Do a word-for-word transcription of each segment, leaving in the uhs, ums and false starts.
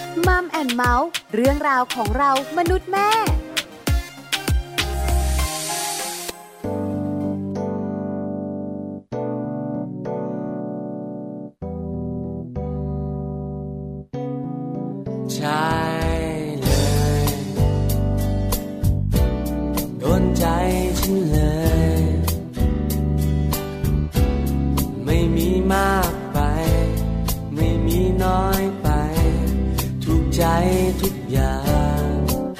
มัมแอนด์เมาส์เรื่องราวของเรามนุษย์แม่ใช่เลยโดนใจฉันเลยไม่มีมากไปไม่มีน้อยไปถูกใจทุกอย่าง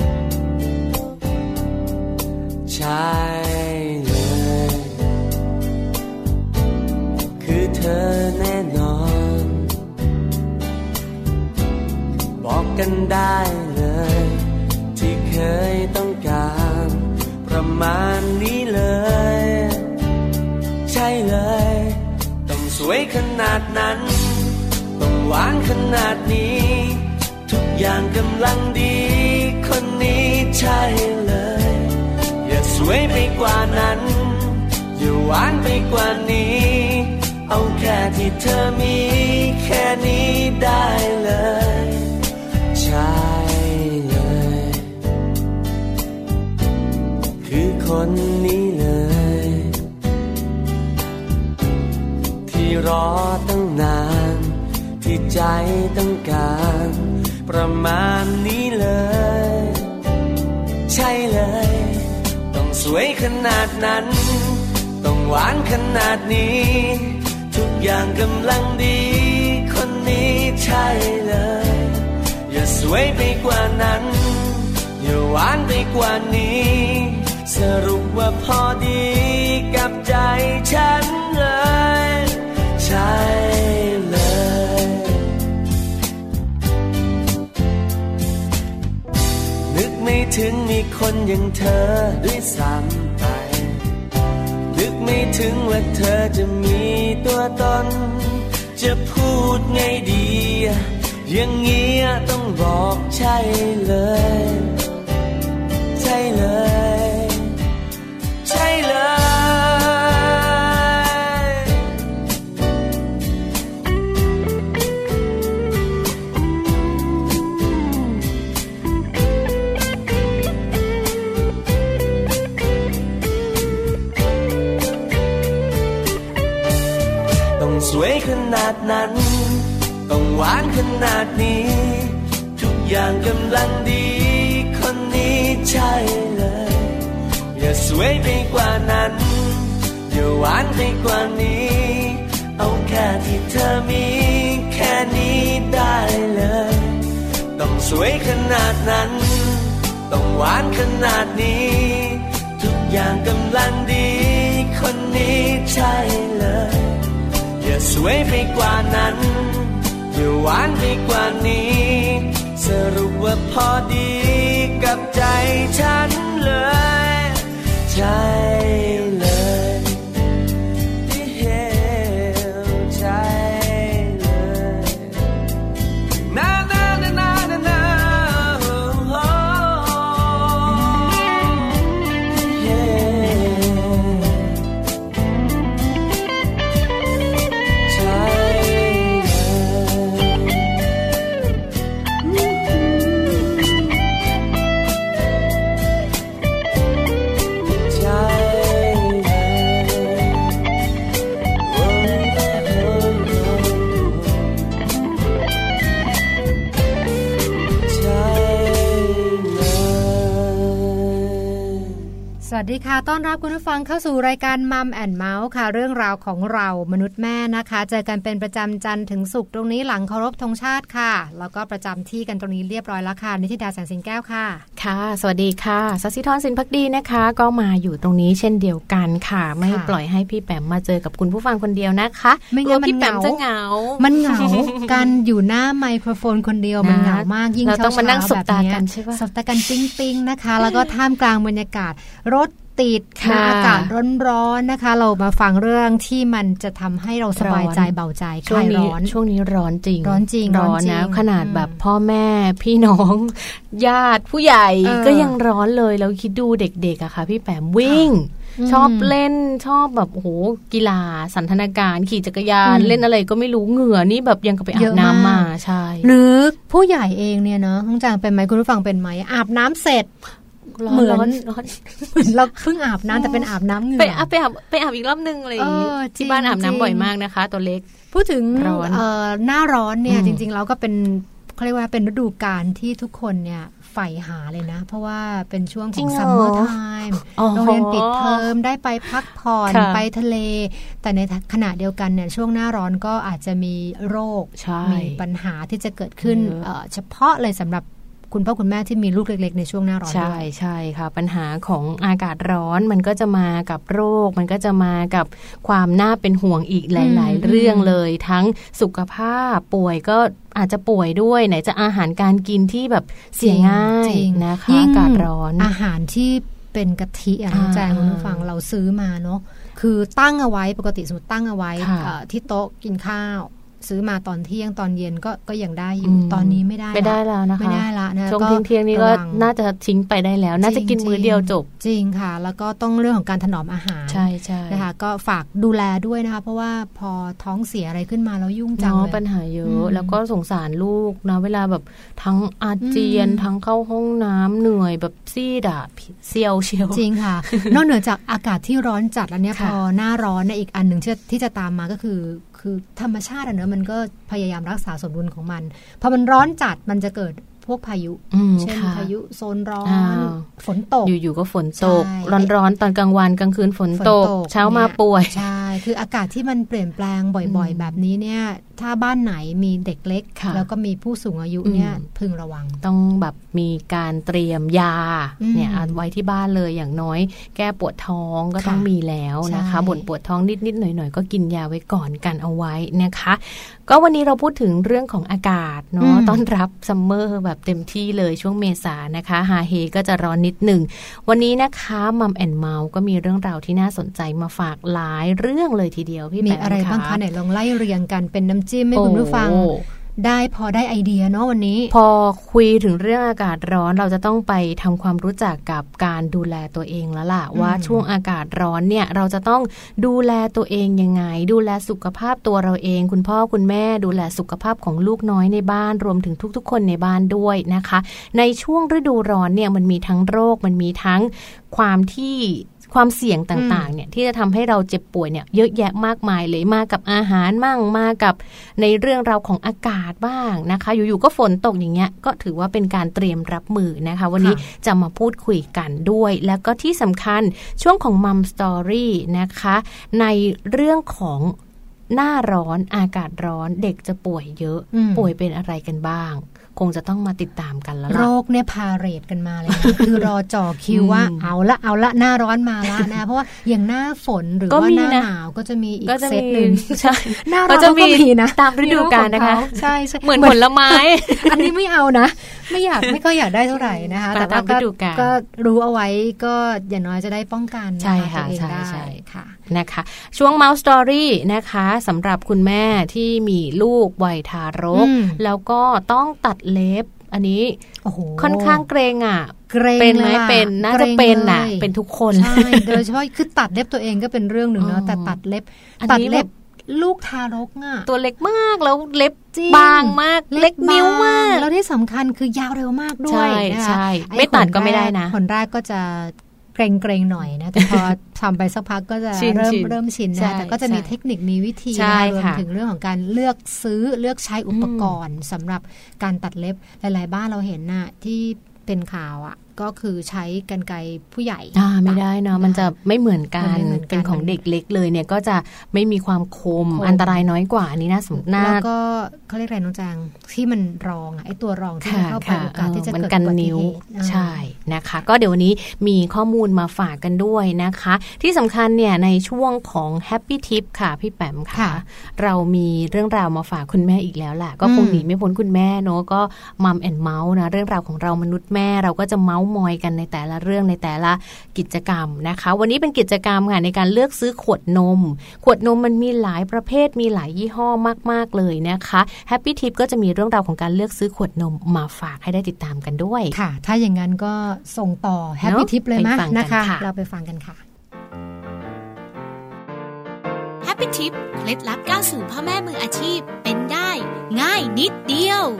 ใช่เลยคือเธอแน่นอนบอกกันได้เลยที่เคยต้องการประมาณนี้เลยใช่เลยต้องสวยขนาดนั้นต้องหวานขนาดนี้ทุกอย่างกำลังดีคนนี้ใช่เลยอย่าสวยไปกว่านั้นอย่าหวานไปกว่านี้เอาแค่ที่เธอมีแค่นี้ได้เลยใช่เลยคือคนนี้เลยที่รอตั้งนานที่ใจต้องการประมาณนี้เลยใช่เลยต้องสวยขนาดนั้นต้องหวานขนาดนี้ทุกอย่างกำลังดีคนนี้ใช่เลยอย่าสวยไปกว่านั้นอย่าหวานไปกว่านี้สรุปว่าพอดีกับใจฉันเลยใช่เลยนึกไม่ถึงมีคนอย่างเธอด้วยซ้ำไปนึกไม่ถึงว่าเธอจะมีตัวตนจะพูดไงดีอย่างเงี้ยต้องบอกใช่เลยใช่เลยใช่เลยต้องสวยขนาดนั้นต้องหวานขนาดนี้ทุกอย่างกำลังดีคนนี้ใช่เลยอย่าสวยไปกว่านั้นอย่าหวานไปกว่านี้เอาแค่ที่เธอมีแค่นี้ได้เลยต้องสวยขนาดนั้นต้องหวานขนาดนี้ทุกอย่างกำลังดีคนนี้ใช่เลยอย่าสวยไปกว่านั้นอย่าหวานไปกว่านี้สรุปว่าพอดีกับใจฉันเลยใช่เลยที่เห็นใช่เลยนานานานานานาที่เห็นใช่สวัสดีค่ะต้อนรับคุณผู้ฟังเข้าสู่รายการมัมแอนด์เมาส์ค่ะเรื่องราวของเรามนุษย์แม่นะคะเจอกันเป็นประจำจันทร์ถึงศุกร์ตรงนี้หลังเคารพธงชาติค่ะแล้วก็ประจำที่กันตรงนี้เรียบร้อยแล้วค่ะนิติดาแสงสิงแก้วค่ะค่ะสวัสดีค่ะสัสิธรสินภักดีนะคะก็มาอยู่ตรงนี้เช่นเดียวกันค่ะไม่ปล่อยให้พี่แปมมาเจอกับคุณผู้ฟังคนเดียวนะคะไม่งั้นพี่แปมจะเหงามันเหงาการอยู่หน้าไมโครโฟนคนเดียวมันเหงามากยิ่งเช้าๆแบบนี้สบตากันใช่ป่ะสบตากันปิ๊งๆนะคะแล้วก็ท่ามกลางบรรยากาศรถติดอากาศร้อนๆนะคะเรามาฟังเรื่องที่มันจะทำให้เราสบายใจเบาใจคลายร้อนช่วงนี้ร้อนจริงร้อนจริงร้อนนะขนาดแบบพ่อแม่พี่น้องญาติผู้ใหญ่ก็ยังร้อนเลยแล้วคิดดูเด็กๆอะค่ะพี่แปมวิ่งชอบเล่นชอบแบบโอ้โหกีฬาสันทนาการขี่จักรยานเล่นอะไรก็ไม่รู้เหงื่อนี่แบบยังกับไปอาบน้ำมาใช่หรือผู้ใหญ่เองเนี่ยเนาะคุณจางเป็นไหมคุณผู้ฟังเป็นไหมอาบน้ำเสร็จเหมือนเราเพิ่งอาบน้ำแต่เป็นอาบน้ำเหงื่อไปอาบไปอาบไปอาบอีกรอบนึงอะไรอย่างงี้ที่บ้านอาบน้ำบ่อยมากนะคะตัวเล็กพูดถึงหน้าร้อนเนี่ยจริงๆแล้วก็เป็นเขาเรียกว่าเป็นฤดูกาลที่ทุกคนเนี่ยใฝ่หาเลยนะเพราะว่าเป็นช่วงของซัมเมอร์ไทม์โรงเรียนปิดเทอมได้ไปพักผ่อนไปทะเลแต่ในขณะเดียวกันเนี่ยช่วงหน้าร้อนก็อาจจะมีโรคมีปัญหาที่จะเกิดขึ้นเฉพาะเลยสำหรับคุณพ่อคุณแม่ที่มีลูกเล็กๆในช่วงหน้าร้อนใช่ใช่ค่ะปัญหาของอากาศร้อนมันก็จะมากับโรคมันก็จะมากับความน่าเป็นห่วงอีกหลายๆเรื่องเลยทั้งสุขภาพป่วยก็อาจจะป่วยด้วยไหนจะอาหารการกินที่แบบเสียง่ายนะคะอากาศร้อนอาหารที่เป็นกะทิอ่ะน้องแจงคุณผู้ฟังเราซื้อมาเนาะคือตั้งเอาไว้ปกติสมมติตั้งเอาไว้ที่โต๊ะกินข้าวซื้อมาตอนเที่ยงตอนเย็นก็ก็ยังได้อยู่ตอนนี้ไม่ได้ไม่ได้แล้วนะคะไม่ได้ละนะช่วงเที่ยงนี้ก็น่าจะทิ้งไปได้แล้วน่าจะกินมื้อเดียวจบจริงค่ะแล้วก็ต้องเรื่องของการถนอมอาหารใช่ใช่นะคะก็ฝากดูแลด้วยนะคะเพราะว่าพอท้องเสียอะไรขึ้นมาแล้วยุ่งจังเลยปัญหาเยอะแล้วก็สงสารลูกนะเวลาแบบทั้งอาเจียนทั้งเข้าห้องน้ำเหนื่อยแบบซีดอ่ะเซียวเชียวจริงค่ะนอกเหนือจากอากาศที่ร้อนจัดแล้วเนี่ยพอหน้าร้อนในอีกอันหนึ่งที่จะตามมาก็คือคือธรรมชาติอะเนอะมันก็พยายามรักษาสมดุลของมันพอมันร้อนจัดมันจะเกิดพวกพายุเช่นพายุโซนร้อนฝนตกอยู่ๆก็ฝนตกร้อนๆตอนกลางวันกลางคืนฝนตกเช้ามาป่วยใช่คืออากาศที่มันเปลี่ยนแปลงบ่อยๆแบบนี้เนี่ยถ้าบ้านไหนมีเด็กเล็กแล้วก็มีผู้สูงอายุเนี่ยพึงระวังต้องแบบมีการเตรียมยาเนี่ยเอาไว้ที่บ้านเลยอย่างน้อยแก้ปวดท้องก็ต้องมีแล้วนะคะบ่นปวดท้องนิดๆหน่อยๆก็กินยาไว้ก่อนกันเอาไว้นะคะก็วันนี้เราพูดถึงเรื่องของอากาศเนาะต้อนรับซัมเมอร์แบบเต็มที่เลยช่วงเมษานะคะฮาเฮก็จะร้อนนิดหนึ่งวันนี้นะคะมัมแอนด์เมาส์ก็มีเรื่องราวที่น่าสนใจมาฝากหลายเรื่องเลยทีเดียวพี่แปมมีอะไรบ้างคะไหนลองไล่เรียงกันเป็นน้ำจิ้มให้คุณผู้ฟังได้พอได้ไอเดียเนาะวันนี้พอคุยถึงเรื่องอากาศร้อนเราจะต้องไปทำความรู้จักกับการดูแลตัวเองแล้วล่ะว่าช่วงอากาศร้อนเนี่ยเราจะต้องดูแลตัวเองยังไงดูแลสุขภาพตัวเราเองคุณพ่อคุณแม่ดูแลสุขภาพของลูกน้อยในบ้านรวมถึงทุกๆคนในบ้านด้วยนะคะในช่วงฤดูร้อนเนี่ยมันมีทั้งโรคมันมีทั้งความที่ความเสี่ยงต่างๆเนี่ยที่จะทำให้เราเจ็บป่วยเนี่ยเยอะแยะมากมายเลยมากับอาหารมั่งมากับในเรื่องราวของอากาศบ้างนะคะอยู่ๆก็ฝนตกอย่างเงี้ยก็ถือว่าเป็นการเตรียมรับมือนะคะวันนี้จะมาพูดคุยกันด้วยแล้วก็ที่สำคัญช่วงของมัมสตอรี่นะคะในเรื่องของหน้าร้อนอากาศร้อนเด็กจะป่วยเยอะป่วยเป็นอะไรกันบ้างคงจะต้องมาติดตามกันแล้วโรคเนี่ยพาเรดกันมาเลย คือรอจ่อคิวว่าเอาละเอาละหน้าร้อนมาละนะเพราะว่าอย่างหน้าฝนหรือว่าหน้าหนาวก็จะมีอีกเซตนึงใช่หน้าร้อนก็มีนะตามฤดูกาลนะคะใช่เหมือนผลไม้อันนี้ไม่เอานะไม่อยากไม่ก็อยากได้เท่าไหร่นะคะแต่ว่าก็รู้เอาไว้ก็อย่างน้อยจะได้ป้องกันใช่ค่ะใช่ใช่ค่ะนะคะช่วง Mouse Story นะคะสำหรับคุณแม่ที่มีลูกวัยทารกแล้วก็ต้องตัดเล็บอันนี้ค่อนข้างเกรงอ่ะเป็นไหมเป็นน่าจะเป็นน่ะเป็นทุกคนใช่โดยเฉพาะคือตัดเล็บตัวเองก็เป็นเรื่องหนึ่งเนาะแต่ตัดเล็บตัดเล็บลูกทารกอ่ะตัวเล็กมากแล้วเล็บบางมากเล็กนิ้วมากแล้วที่สำคัญคือยาวเร็วมากด้วยนะคะใช่ไม่ตัดก็ไม่ได้นะคนแรกก็จะเกรงๆหน่อยนะแต่พอทำไปสักพักก็จะเริ่มเริ่มชินนะแต่ก็จะมีเทคนิคมีวิธีรวมถึงเรื่องของการเลือกซื้อเลือกใช้อุปกรณ์สำหรับการตัดเล็บหลายๆบ้านเราเห็นน่ะที่เป็นข่าวอ่ะก็คือใช้กรรไกรผู้ใหญ่อ่าไม่ได้เนาะมันจะไม่เหมือนกันเป็นของเด็กเล็กเลยเนี่ยก็จะไม่มีความคมอันตรายน้อยกว่าอันนี้น่าสนใจแล้วก็เขาเรียกอะไรน้องจางที่มันรองอ่ะไอ้ตัวรองที่เข้าไปโอกาสที่จะเกิดอุบัติเหตุใช่นะคะก็เดี๋ยววันนี้มีข้อมูลมาฝากกันด้วยนะคะที่สำคัญเนี่ยในช่วงของ Happy Tip ค่ะพี่แปมค่ะเรามีเรื่องราวมาฝากคุณแม่อีกแล้วแหละก็คงหนีไม่พ้นคุณแม่เนาะก็มัมแอนด์เมาส์นะเรื่องราวของเรามนุษย์แม่เราก็จะเมาส์มอยกันในแต่ละเรื่องในแต่ละกิจกรรมนะคะวันนี้เป็นกิจกรรมค่ะในการเลือกซื้อขวดนมขวดนมมันมีหลายประเภทมีหลายยี่ห้อมากๆเลยนะคะ Happy Tip ก็จะมีเรื่องราวของการเลือกซื้อขวดนมมาฝากให้ได้ติดตามกันด้วยค่ะถ้าอย่างนั้นก็ส่งต่อ Happy Tip เลยมั้ยนะคะเราไปฟังกันค่ะ Happy Tip เคล็ดลับก้าวสู่พ่อแม่มืออาชีพเป็นได้ง่ายนิดเดียว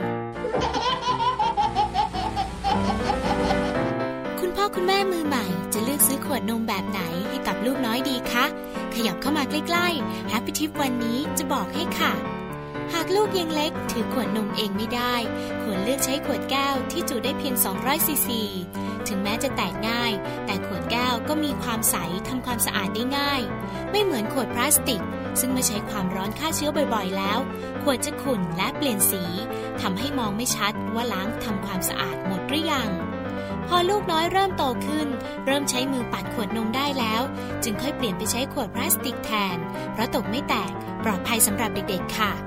คุณพ่อคุณแม่มือใหม่จะเลือกซื้อขวดนมแบบไหนให้กับลูกน้อยดีคะขยับเข้ามาใกล้ๆ Happy Tip วันนี้จะบอกให้ค่ะหากลูกยังเล็กถือขวดนมเองไม่ได้ควรเลือกใช้ขวดแก้วที่จุได้เพียงสองร้อยซีซีถึงแม้จะแตกง่ายแต่ขวดแก้วก็มีความใสทำความสะอาดได้ง่ายไม่เหมือนขวดพลาสติกซึ่งเมื่อใช้ความร้อนฆ่าเชื้อบ่อยๆแล้วขวดจะขุ่นและเปลี่ยนสีทำให้มองไม่ชัดว่าล้างทำความสะอาดหมดหรือยังพอลูกน้อยเริ่มโตขึ้นเริ่มใช้มือปัดขวดนมได้แล้วจึงค่อยเปลี่ยนไปใช้ขวดพลาสติกแทนเพราะตกไม่แตกปลอดภัยสำหรับเด็กๆค่ะ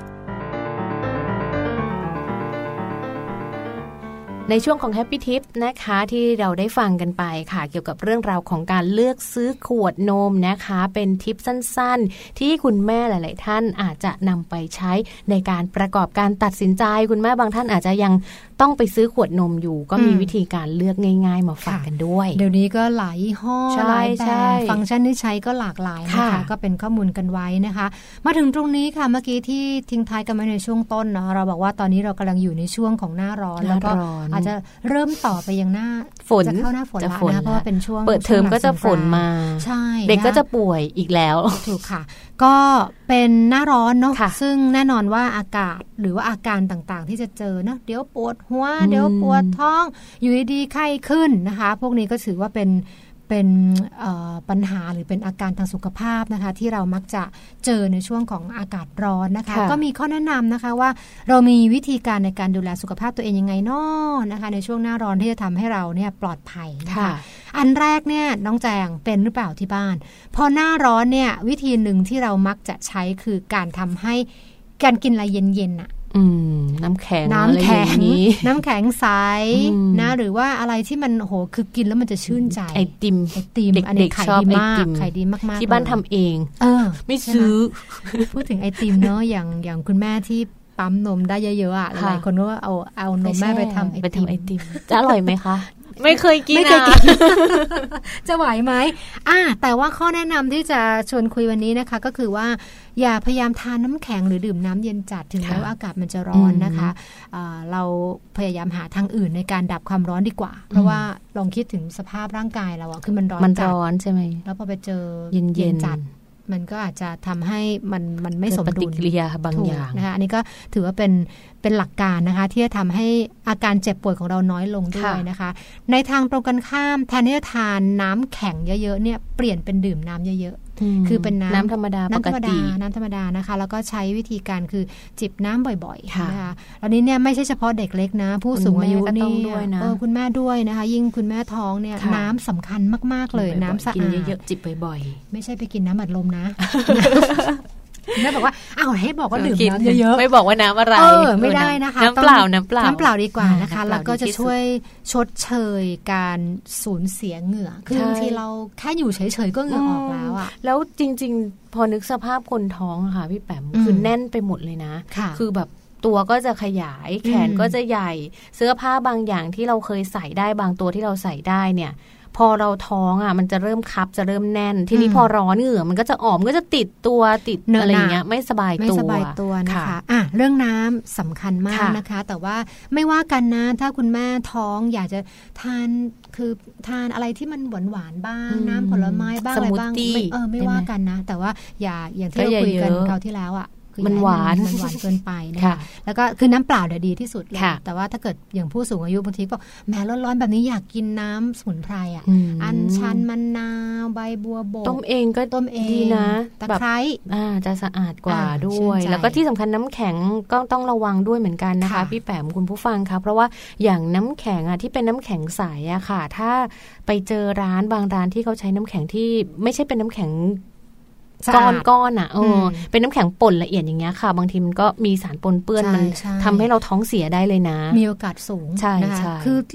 ในช่วงของ Happy Tip นะคะที่เราได้ฟังกันไปค่ะเกี่ยวกับเรื่องราวของการเลือกซื้อขวดนมนะคะเป็นทิปสั้นๆที่คุณแม่หลายๆท่านอาจจะนำไปใช้ในการประกอบการตัดสินใจคุณแม่บางท่านอาจจะยังต้องไปซื้อขวดนมอยู่ก็มีวิธีการเลือกง่ายๆมาฝากกันด้วยเดี๋ยวนี้ก็หลายยี่ห้อหลายแบบฟังก์ชันที่ใช้ก็หลากหลายนะคะก็เป็นข้อมูลกันไว้นะคะมาถึงตรงนี้ค่ะเมื่อกี้ที่ทิ้งท้ายกันไว้ในช่วงต้นเนาะเราบอกว่าตอนนี้เรากำลังอยู่ในช่วงของหน้าร้อนแล้วก็อาจจะเริ่มต่อไปยังหน้าฝนจะเข้าหน้าฝนแล้วนะเพราะว่าเป็นช่วงเปิดเทอมก็จะฝนมาใช่เด็กก็จะป่วยอีกแล้วถูกค่ะก็เป็นหน้าร้อนเนาะซึ่งแน่นอนว่าอากาศหรือว่าอาการต่างๆที่จะเจอนะเดี๋ยวปวดหัวเดี๋ยวปวดท้องอยู่ดีๆไข้ขึ้นนะคะพวกนี้ก็ถือว่าเป็นเป็นปัญหาหรือเป็นอาการทางสุขภาพนะคะที่เรามักจะเจอในช่วงของอากาศร้อนนะคะก็มีข้อแนะนำนะคะว่าเรามีวิธีการในการดูแลสุขภาพตัวเองยังไงน้อนะคะในช่วงหน้าร้อนที่จะทำให้เราเนี่ยปลอดภัยนะคะอันแรกเนี่ยน้องแจงเป็นหรือเปล่าที่บ้านพอหน้าร้อนเนี่ยวิธีหนึ่งที่เรามักจะใช้คือการทำให้การกินอะไรเย็นๆอะอืมน้ำแข็งน้ำแข็งน้ำแข็งใสนะหรือว่าอะไรที่มันโหคือกินแล้วมันจะชื่นใจไอติมไอติมอันนี้ขายดีมากขายดีมากๆที่บ้านทำเองเออไม่ซื้อพูดถึงไอติมเนาะอย่างอย่างคุณแม่ที่ปั๊มนมได้เยอะๆอ่ะหลายคนก็เอาเอานมแม่ไปทำไอติมจะอร่อยไหมคะไม่เคยกินไม่เคยกินจะไหวไหมอ่าแต่ว่าข้อแนะนำที่จะชวนคุยวันนี้นะคะก็คือว่าอย่าพยายามทานน้ำแข็งหรือดื่มน้ำเย็นจัดถึงแม้ว่าอากาศมันจะร้อนนะคะเราพยายามหาทางอื่นในการดับความร้อนดีกว่าเพราะว่าลองคิดถึงสภาพร่างกายเราอะคือมันร้อนมันร้อนใช่ไหมแล้วพอไปเจอเย็นจัดมันก็อาจจะทำให้มันมันไม่สมดุลปฏิกิริยาบางอย่างนะคะอันนี้ก็ถือว่าเป็นเป็นหลักการนะคะที่จะทำให้อาการเจ็บป่วยของเราน้อยลงด้วยนะคะในทางตรงกันข้ามแทนที่จะทานน้ำแข็งเยอะๆเนี่ยเปลี่ยนเป็นดื่มน้ำเยอะๆคือเป็นน้ำธรรมดาปกติน้ำธรรมดานะคะแล้วก็ใช้วิธีการคือจิบน้ำบ่อยๆนะคะแล้วนี้เนี่ยไม่ใช่เฉพาะเด็กเล็กนะผู้สูงอายุนี่เออคุณแม่ด้วยนะคะยิ่งคุณแม่ท้องเนี่ยน้ำสำคัญมากๆเลยน้ำสะอาดกินเยอะๆจิบบ่อยๆไม่ใช่ไปกินน้ำอัดลมนะแม่บอกว่าอ้าวให้บอกว่าดื่มน้ำเยอะๆไม่บอกว่าน้ำอะไรเออไม่ได้นะคะน้ำเปล่าน้ำเปล่าน้ำเปล่าดีกว่านะคะแล้วก็จะช่วยชดเชยการสูญเสียเหงื่อคือบางทีเราแค่อยู่เฉยๆก็เหงื่อออกแล้วอ่ะแล้วจริงๆพอนึกสภาพคนท้องค่ะพี่แปมคือแน่นไปหมดเลยนะคือแบบตัวก็จะขยายแขนก็จะใหญ่เสื้อผ้าบางอย่างที่เราเคยใส่ได้บางตัวที่เราใส่ได้เนี่ยพอเราท้องอ่ะมันจะเริ่มคับจะเริ่มแน่นทีนี้พอร้อนเหงื่อมันก็จะออกมันก็จะติดตัวติดอะไรอย่างเงี้ยไม่สบายตัวไม่สบายตัวนะคะอ่ะเรื่องน้ำสำคัญมากนะคะแต่ว่าไม่ว่ากันนะถ้าคุณแม่ท้องอยากจะทานคือทานอะไรที่มันหวานหวานบ้างน้ำผลไม้บ้างอะไรบ้างเออไม่ว่ากันนะแต่ว่าอย่าอย่างที่เราคุยกันคราวที่แล้วอ่ะมันหวานมันหวานเกินไปนะคะแล้วก็คือน้ำเปล่าเดี๋ยวดีที่สุดเลยแต่ว่าถ้าเกิดอย่างผู้สูงอายุบางทีก็แม้ร้อนๆแบบนี้อยากกินน้ำสมุนไพรอ่ะอัญชันมะนาวใบบัวบกต้มเองก็ต้มเองดีนะตะไคร้อ่าจะสะอาดกว่าด้วยแล้วก็ที่สำคัญน้ำแข็งก็ต้องระวังด้วยเหมือนกันนะคะพี่แปมคุณผู้ฟังคะเพราะว่าอย่างน้ำแข็งอ่ะที่เป็นน้ำแข็งใสอะค่ะถ้าไปเจอร้านบางร้านที่เขาใช้น้ำแข็งที่ไม่ใช่เป็นน้ำแข็งก้อนก้อนอ่ะเออเป็นน้ำแข็งป่นละเอียดอย่างเงี้ยค่ะบางทีมันก็มีสารปนเปื้อนมันทำให้เราท้องเสียได้เลยนะมีโอกาสสูงใช่นะคะคือคื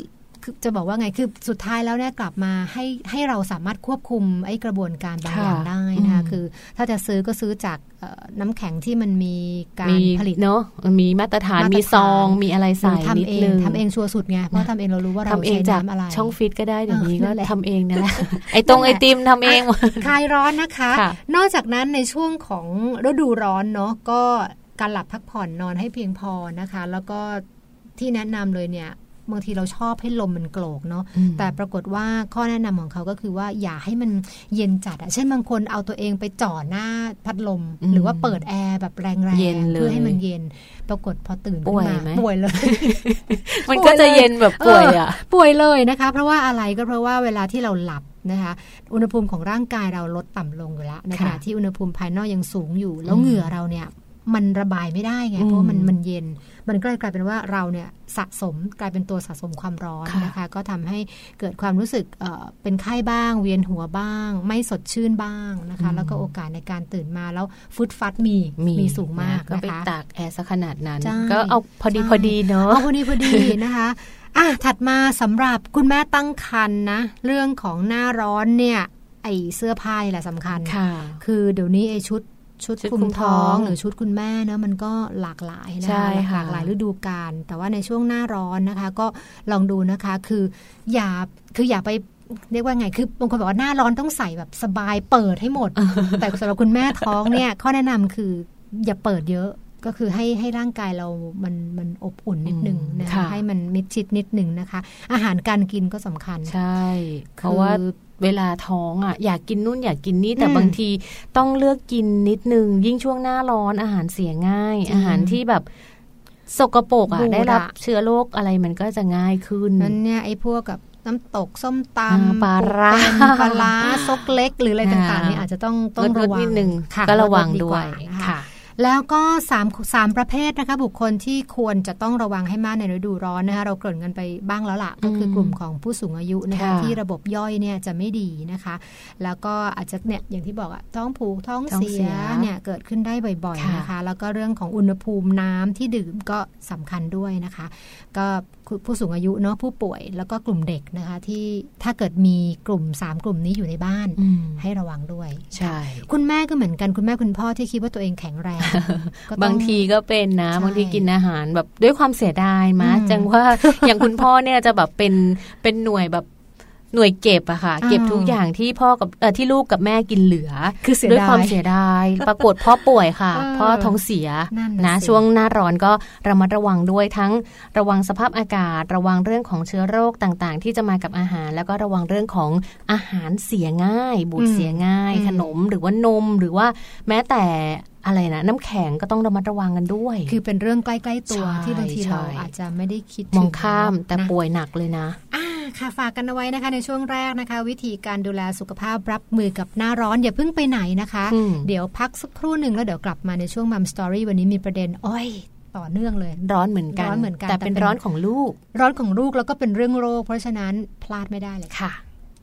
คือจะบอกว่าไงคือสุดท้ายแล้วเนี่ยกลับมาให้ให้เราสามารถควบคุมไอ้กระบวนการบางอย่างได้นะคะคือถ้าจะซื้อก็ซื้อจากน้ำแข็งที่มันมีการผลิตเนาะมีมาตรฐานมีซองมีอะไรใส่นิดนึงทำเองชัวร์สุดไงเพราะทำเองเรารู้ว่าเราใช้น้ำอะไรช่องฟิตก็ได้เดี๋ยวนี้ก็ทำเองนั่นแหละไอ้ตรงไอติมทำเองคลายร้อนนะคะนอกจากนั้นในช่วงของฤดูร้อนเนาะก็การหลับพักผ่อนนอนให้เพียงพอนะคะแล้วก็ที่แนะนำเลยเนี่ยบางทีเราชอบให้ลมมันโกรกเนาะแต่ปรากฏว่าข้อแนะนำของเขาก็คือว่าอย่าให้มันเย็นจัดอะเช่นบางคนเอาตัวเองไปจ่อหน้าพัดลมหรือว่าเปิดแอร์แบบแรงๆเพื่อให้มันเย็นปรากฏพอตื่นขึ้นมาป่วยเลยมันก็จะเย็นแบบป่วยอะป่วยเลยนะคะเพราะว่าอะไรก็เพราะว่าเวลาที่เราหลับนะคะอุณหภูมิของร่างกายเราลดต่ำลงอยู่แล้วนะคะที่อุณหภูมิภายนอกยังสูงอยู่แล้วเหงื่อเราเนี่ยมันระบายไม่ได้ไงเพราะมันมันเย็นมันก็เลยกลายเป็นว่าเราเนี่ยสะสมกลายเป็นตัวสะสมความร้อนนะคะก็ทำให้เกิดความรู้สึกเอ่อเป็นไข้บ้างเวียนหัวบ้างไม่สดชื่นบ้างนะคะแล้วก็โอกาสในการตื่นมาแล้วฟุตฟัดมีมีสูงมากก็ไปตากแอร์ซะขนาดนั้นก็เอาพอดีพอดีเนาะเอาพอดีพอดีนะคะอ่ะถัดมาสำหรับคุณแม่ตั้งครรภ์นะเรื่องของหน้าร้อนเนี่ยไอเสื้อผ้าแหละสำคัญคือเดี๋ยวนี้ไอชุดชุดคลุมท้องหรือชุดคุณแม่เนะมันก็หลากหลายนะคะหลากหลายฤดูกาลแต่ว่าในช่วงหน้าร้อนนะคะก็ลองดูนะคะคืออย่าคืออย่าไปเรียกว่าไงคือบางคนบอกว่าหน้าร้อนต้องใส่แบบสบายเปิดให้หมด แต่สำหรับคุณแม่ท้องเนี่ยข้อแนะนำคืออย่าเปิดเยอะก็คือให้ให้ร่างกายเรามันมันอบอุ่นนิดนึงนะคะให้มันมิดชิดนิดนึงนะคะอาหารการกินก็สำคัญใช่เพราะว่าเวลาท้องอ่ะอยากกินนู่นอยากกินนี่แต่บางทีต้องเลือกกินนิดนึงยิ่งช่วงหน้าร้อนอาหารเสียง่ายอาหารที่แบบสกปรกอ่ะได้รับเชื้อโรคอะไรมันก็จะง่ายขึ้นนั่นเนี่ยไอ้พวกกับน้ำตกส้มตำปลาร้าปลาร้าซกเล็กหรืออะไรต่างๆนี่อาจจะต้องต้องระวังนิดนึงก็ระวังด้วยค่ะแล้วก็สาม สามประเภทนะคะบุคคลที่ควรจะต้องระวังให้มากในฤดูร้อนนะคะเราเกริ่นกันไปบ้างแล้วล่ะก็คือกลุ่มของผู้สูงอายุนะคะที่ระบบย่อยเนี่ยจะไม่ดีนะคะแล้วก็อาจจะเนี่ยอย่างที่บอกอะท้องผูกท้องเสียเนี่ยเกิดขึ้นได้บ่อยๆนะคะแล้วก็เรื่องของอุณหภูมิน้ำที่ดื่มก็สำคัญด้วยนะคะก็ผู้สูงอายุเนาะผู้ป่วยแล้วก็กลุ่มเด็กนะคะที่ถ้าเกิดมีกลุ่มสามกลุ่มนี้อยู่ในบ้านให้ระวังด้วยใช่คุณแม่ก็เหมือนกันคุณแม่คุณพ่อที่คิดว่าตัวเองแข็งแรงบางทีก็เป็นนะบางทีกินอาหารแบบด้วยความเสียดายมะจังว่าอย่างคุณพ่อเนี่ยจะแบบเป็นเป็นหน่วยแบบหน่วยเก็บอะค่ะเก็บทุกอย่างที่พ่อกับเอ่อที่ลูกกับแม่กินเหลือด้วยความเสียดายปรากฏพ่อป่วยค่ะพ่อท้องเสียนะช่วงหน้าร้อนก็ระมัดระวังด้วยทั้งระวังสภาพอากาศระวังเรื่องของเชื้อโรคต่างๆที่จะมากับอาหารแล้วก็ระวังเรื่องของอาหารเสียง่ายบูดเสียง่ายขนมหรือว่านมหรือว่าแม้แต่อะไรนะน้ำแข็งก็ต้องระมัดระวังกันด้วยคือเป็นเรื่องใกล้ๆตัวที่บางทีเราอาจจะไม่ได้คิดมองข้ามแต่ป่วยหนักเลยนะค่ะฝากกันเอาไว้นะคะในช่วงแรกนะคะวิธีการดูแลสุขภาพรับมือกับหน้าร้อนอย่าเพิ่งไปไหนนะคะเดี๋ยวพักสักครู่หนึ่งแล้วเดี๋ยวกลับมาในช่วงมัมสตอรี่วันนี้มีประเด็นอ้อยต่อเนื่องเลยร้อนเหมือนกันร้อนเหมือนกันแต่เป็นร้อนของลูกร้อนของลูกแล้วก็เป็นเรื่องโรคเพราะฉะนั้นพลาดไม่ได้เลยค่ะ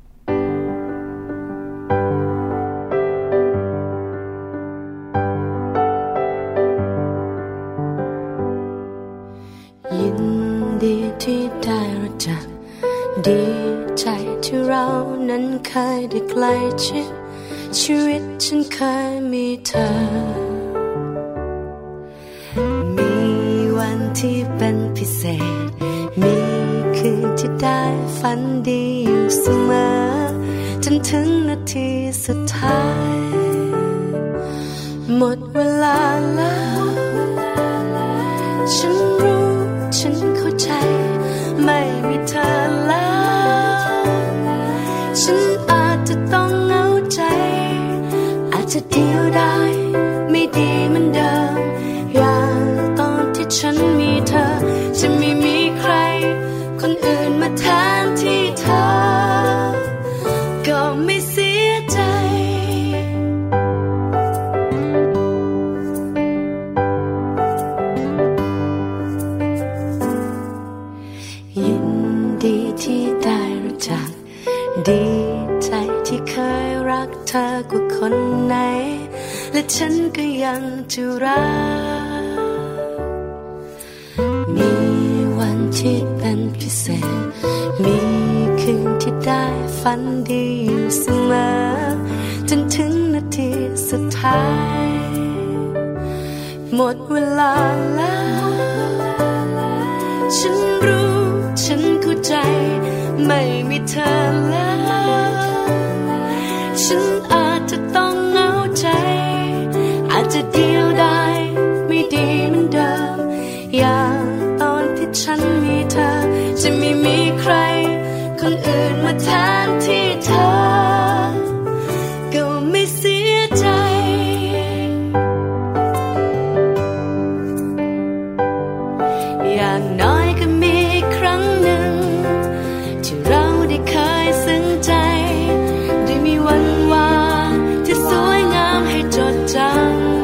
ยินดีที่ได้รู้จักดีใจที่เรานั้นเคยได้ใกล้ชิดชีวิตฉันเคยมีเธอมีวันที่เป็นพิเศษมีคืนที่ได้ฝันดีอยู่เสมอจนถึงนาทีสุดท้ายหมดเวลาแล้วฉันรู้ฉันเข้าใจไม่มีเธอแล้วฉันอาจจะต้องเหงาใจอาจจะเดียวดายไม่ดีเหมือนเดิมอย่างตอนที่ฉันมีเธอจะไม่มีใครคนอื่นมาแทนที่เธอก็ไม่เสียใจที่ได้รู้จักดีใจที่เคยรักเธอกว่าคนไหนและฉันก็ยังจะรักมีวันที่เป็นพิพิเศษมีคืนที่ได้ฝันดีอยู่เสมอจนถึงนาทีสุดท้ายหมดเวลาแล้วฉันรู้ฉันเข้าใจไม่มีเธอแล้วฉันอาจจะต้องเหงาใจอาจจะเดียวดายไม่ดีเหมือนเดิมอย่างตอนที่ฉันมีเธอจะไม่มีใครคนอื่นมาแทนที่เธอก็ไม่เสียใจอย่างน้อยก็มีครั้งหนึ่งที่เราได้เคยซึ้งใจได้มีวันวานที่สวยงามให้จดจำ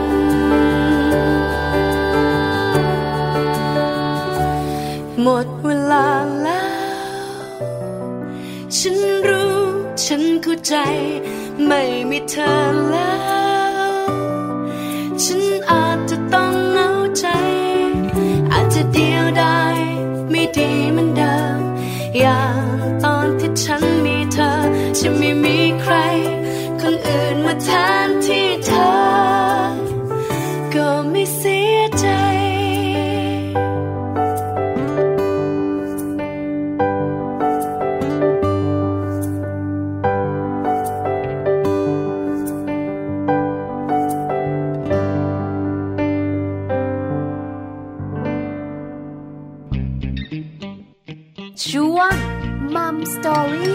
หมดเวลาแล้วฉันรู้ฉันเข้าใจไม่มีเธอแล้วฉันอาจจะต้องเหงาใจอาจจะเดียวดายไม่ดีเหมือนเดิมอย่างตอนที่ฉันมีเธอจะไม่มีใครคนอื่นมาแทนที่เธอก็ไม่เสียใจช่วงมัมสตอรี่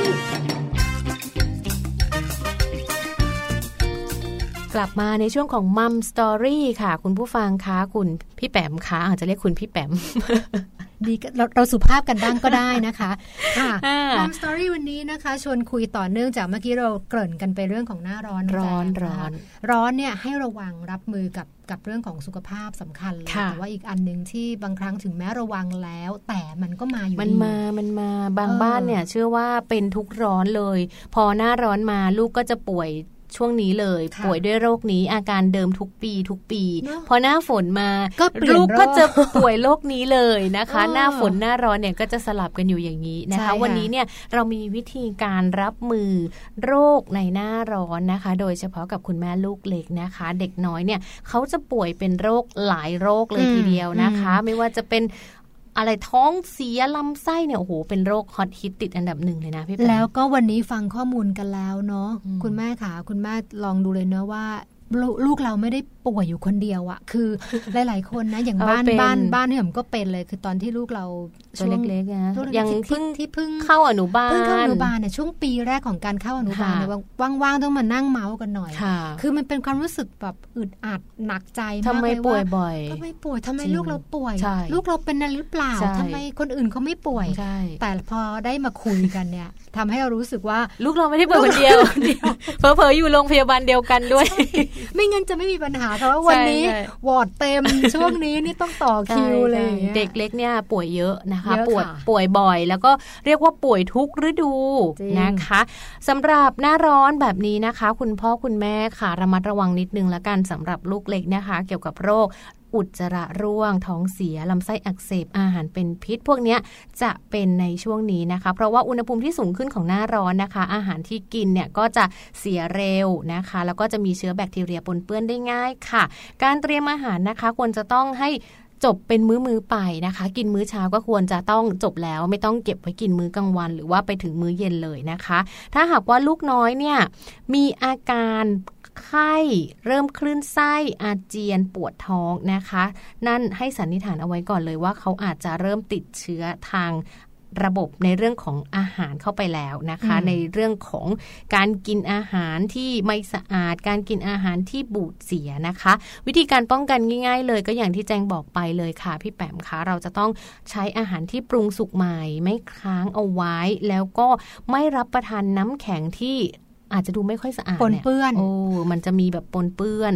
กลับมาในช่วงของมัมสตอรี่ค่ะคุณผู้ฟังคะคุณพี่แปมคะอาจจะเรียกคุณพี่แปมดีเราเราสุภาพกันบ้างก็ได้นะคะค่ะมัมสตอรี่วันนี้นะคะชวนคุยต่อเนื่องจากเมื่อกี้เราเกริ่นกันไปเรื่องของหน้าร้อนร้อนร้อนร้อนเนี่ยให้ระวังรับมือกับกับเรื่องของสุขภาพสำคัญเลยแต่ว่าอีกอันนึงที่บางครั้งถึงแม้ระวังแล้วแต่มันก็มาอยู่มันมามันมาบางบ้านเนี่ยเชื่อว่าเป็นทุกร้อนเลยพอหน้าร้อนมาลูกก็จะป่วยช่วงนี้เลยป่วยด้วยโรคนี้อาการเดิมทุกปีทุกปีพอหน้าฝนมาลูกก็จะป่วยโรคนี้เลยนะคะหน้าฝนหน้าร้อนเนี่ยก็จะสลับกันอยู่อย่างนี้นะคะวันนี้เนี่ยเรามีวิธีการรับมือโรคในหน้าร้อนนะคะโดยเฉพาะกับคุณแม่ลูกเล็กนะคะเด็กน้อยเนี่ยเขาจะป่วยเป็นโรคหลายโรคเลยทีเดียวนะคะไม่ว่าจะเป็นอะไรท้องเสียลำไส้เนี่ยโอ้โหเป็นโรคฮอตฮิตติดอันดับหนึ่งเลยนะพี่แป๊ะแล้วก็วันนี้ฟังข้อมูลกันแล้วเนาะคุณแม่ค่ะคุณแม่ลองดูเลยเนาะว่าลูกเราไม่ได้ป่วยอยู่คนเดียวอะคือหลายๆคนนะอย่างบ้านบ้านบ้านเนี่ยผมก็เป็นเลยคือตอนที่ลูกเราช่วงเล็กๆนะยังเพิ่งที่เพิ่งเข้าอนุบาลเพิ่งเข้าอนุบาลเนี่ยช่วงปีแรกของการเข้าอนุบาลเนี่ยว่างๆต้องมานั่งเมาส์กันหน่อยคือมันเป็นความรู้สึกแบบอึดอัดหนักใจมากเลยว่าทำไมป่วยบ่อยทำไมป่วยทำไมลูกเราป่วยลูกเราเป็นอะไรหรือเปล่าทำไมคนอื่นเขาไม่ป่วยแต่พอได้มาคุยกันเนี่ยทำให้เรารู้สึกว่าลูกเราไม่ได้ป่วยคนเดียวเผลอๆอยู่โรงพยาบาลเดียวกันด้วยไม่งั้นจะไม่มีปัญหาเพราะว่าวันนี้วอร์ดเต็มช่วงนี้นี่ต้องต่อคิวเลยเด็กเล็กเนี่ยป่วยเยอะนะคะป่วยป่วยบ่อยแล้วก็เรียกว่าป่วยทุกฤดูนะคะสำหรับหน้าร้อนแบบนี้นะคะคุณพ่อคุณแม่ค่ะระมัดระวังนิดนึงละกันสำหรับลูกเล็กนะคะเกี่ยวกับโรคอุจจาระร่วงท้องเสียลำไส้อักเสบอาหารเป็นพิษพวกนี้จะเป็นในช่วงนี้นะคะเพราะว่าอุณหภูมิที่สูงขึ้นของหน้าร้อนนะคะอาหารที่กินเนี่ยก็จะเสียเร็วนะคะแล้วก็จะมีเชื้อแบคทีเรียปนเปื้อนได้ง่ายค่ะการเตรียมอาหารนะคะควรจะต้องให้จบเป็นมื้อๆไปนะคะกินมื้อเช้าก็ควรจะต้องจบแล้วไม่ต้องเก็บไว้กินมื้อกลางวันหรือว่าไปถึงมื้อเย็นเลยนะคะถ้าหากว่าลูกน้อยเนี่ยมีอาการไข้เริ่มคลื่นไส้อาเจียนปวดท้องนะคะนั่นให้สันนิษฐานเอาไว้ก่อนเลยว่าเขาอาจจะเริ่มติดเชื้อทางระบบในเรื่องของอาหารเข้าไปแล้วนะคะในเรื่องของการกินอาหารที่ไม่สะอาดการกินอาหารที่บูดเสียนะคะวิธีการป้องกันง่ายๆเลยก็อย่างที่แจงบอกไปเลยค่ะพี่แปมคะเราจะต้องใช้อาหารที่ปรุงสุกใหม่ไม่ค้างเอาไว้แล้วก็ไม่รับประทานน้ำแข็งที่อาจจะดูไม่ค่อยสะอาดปนเปื้อนโอ้มันจะมีแบบปนเปื้อน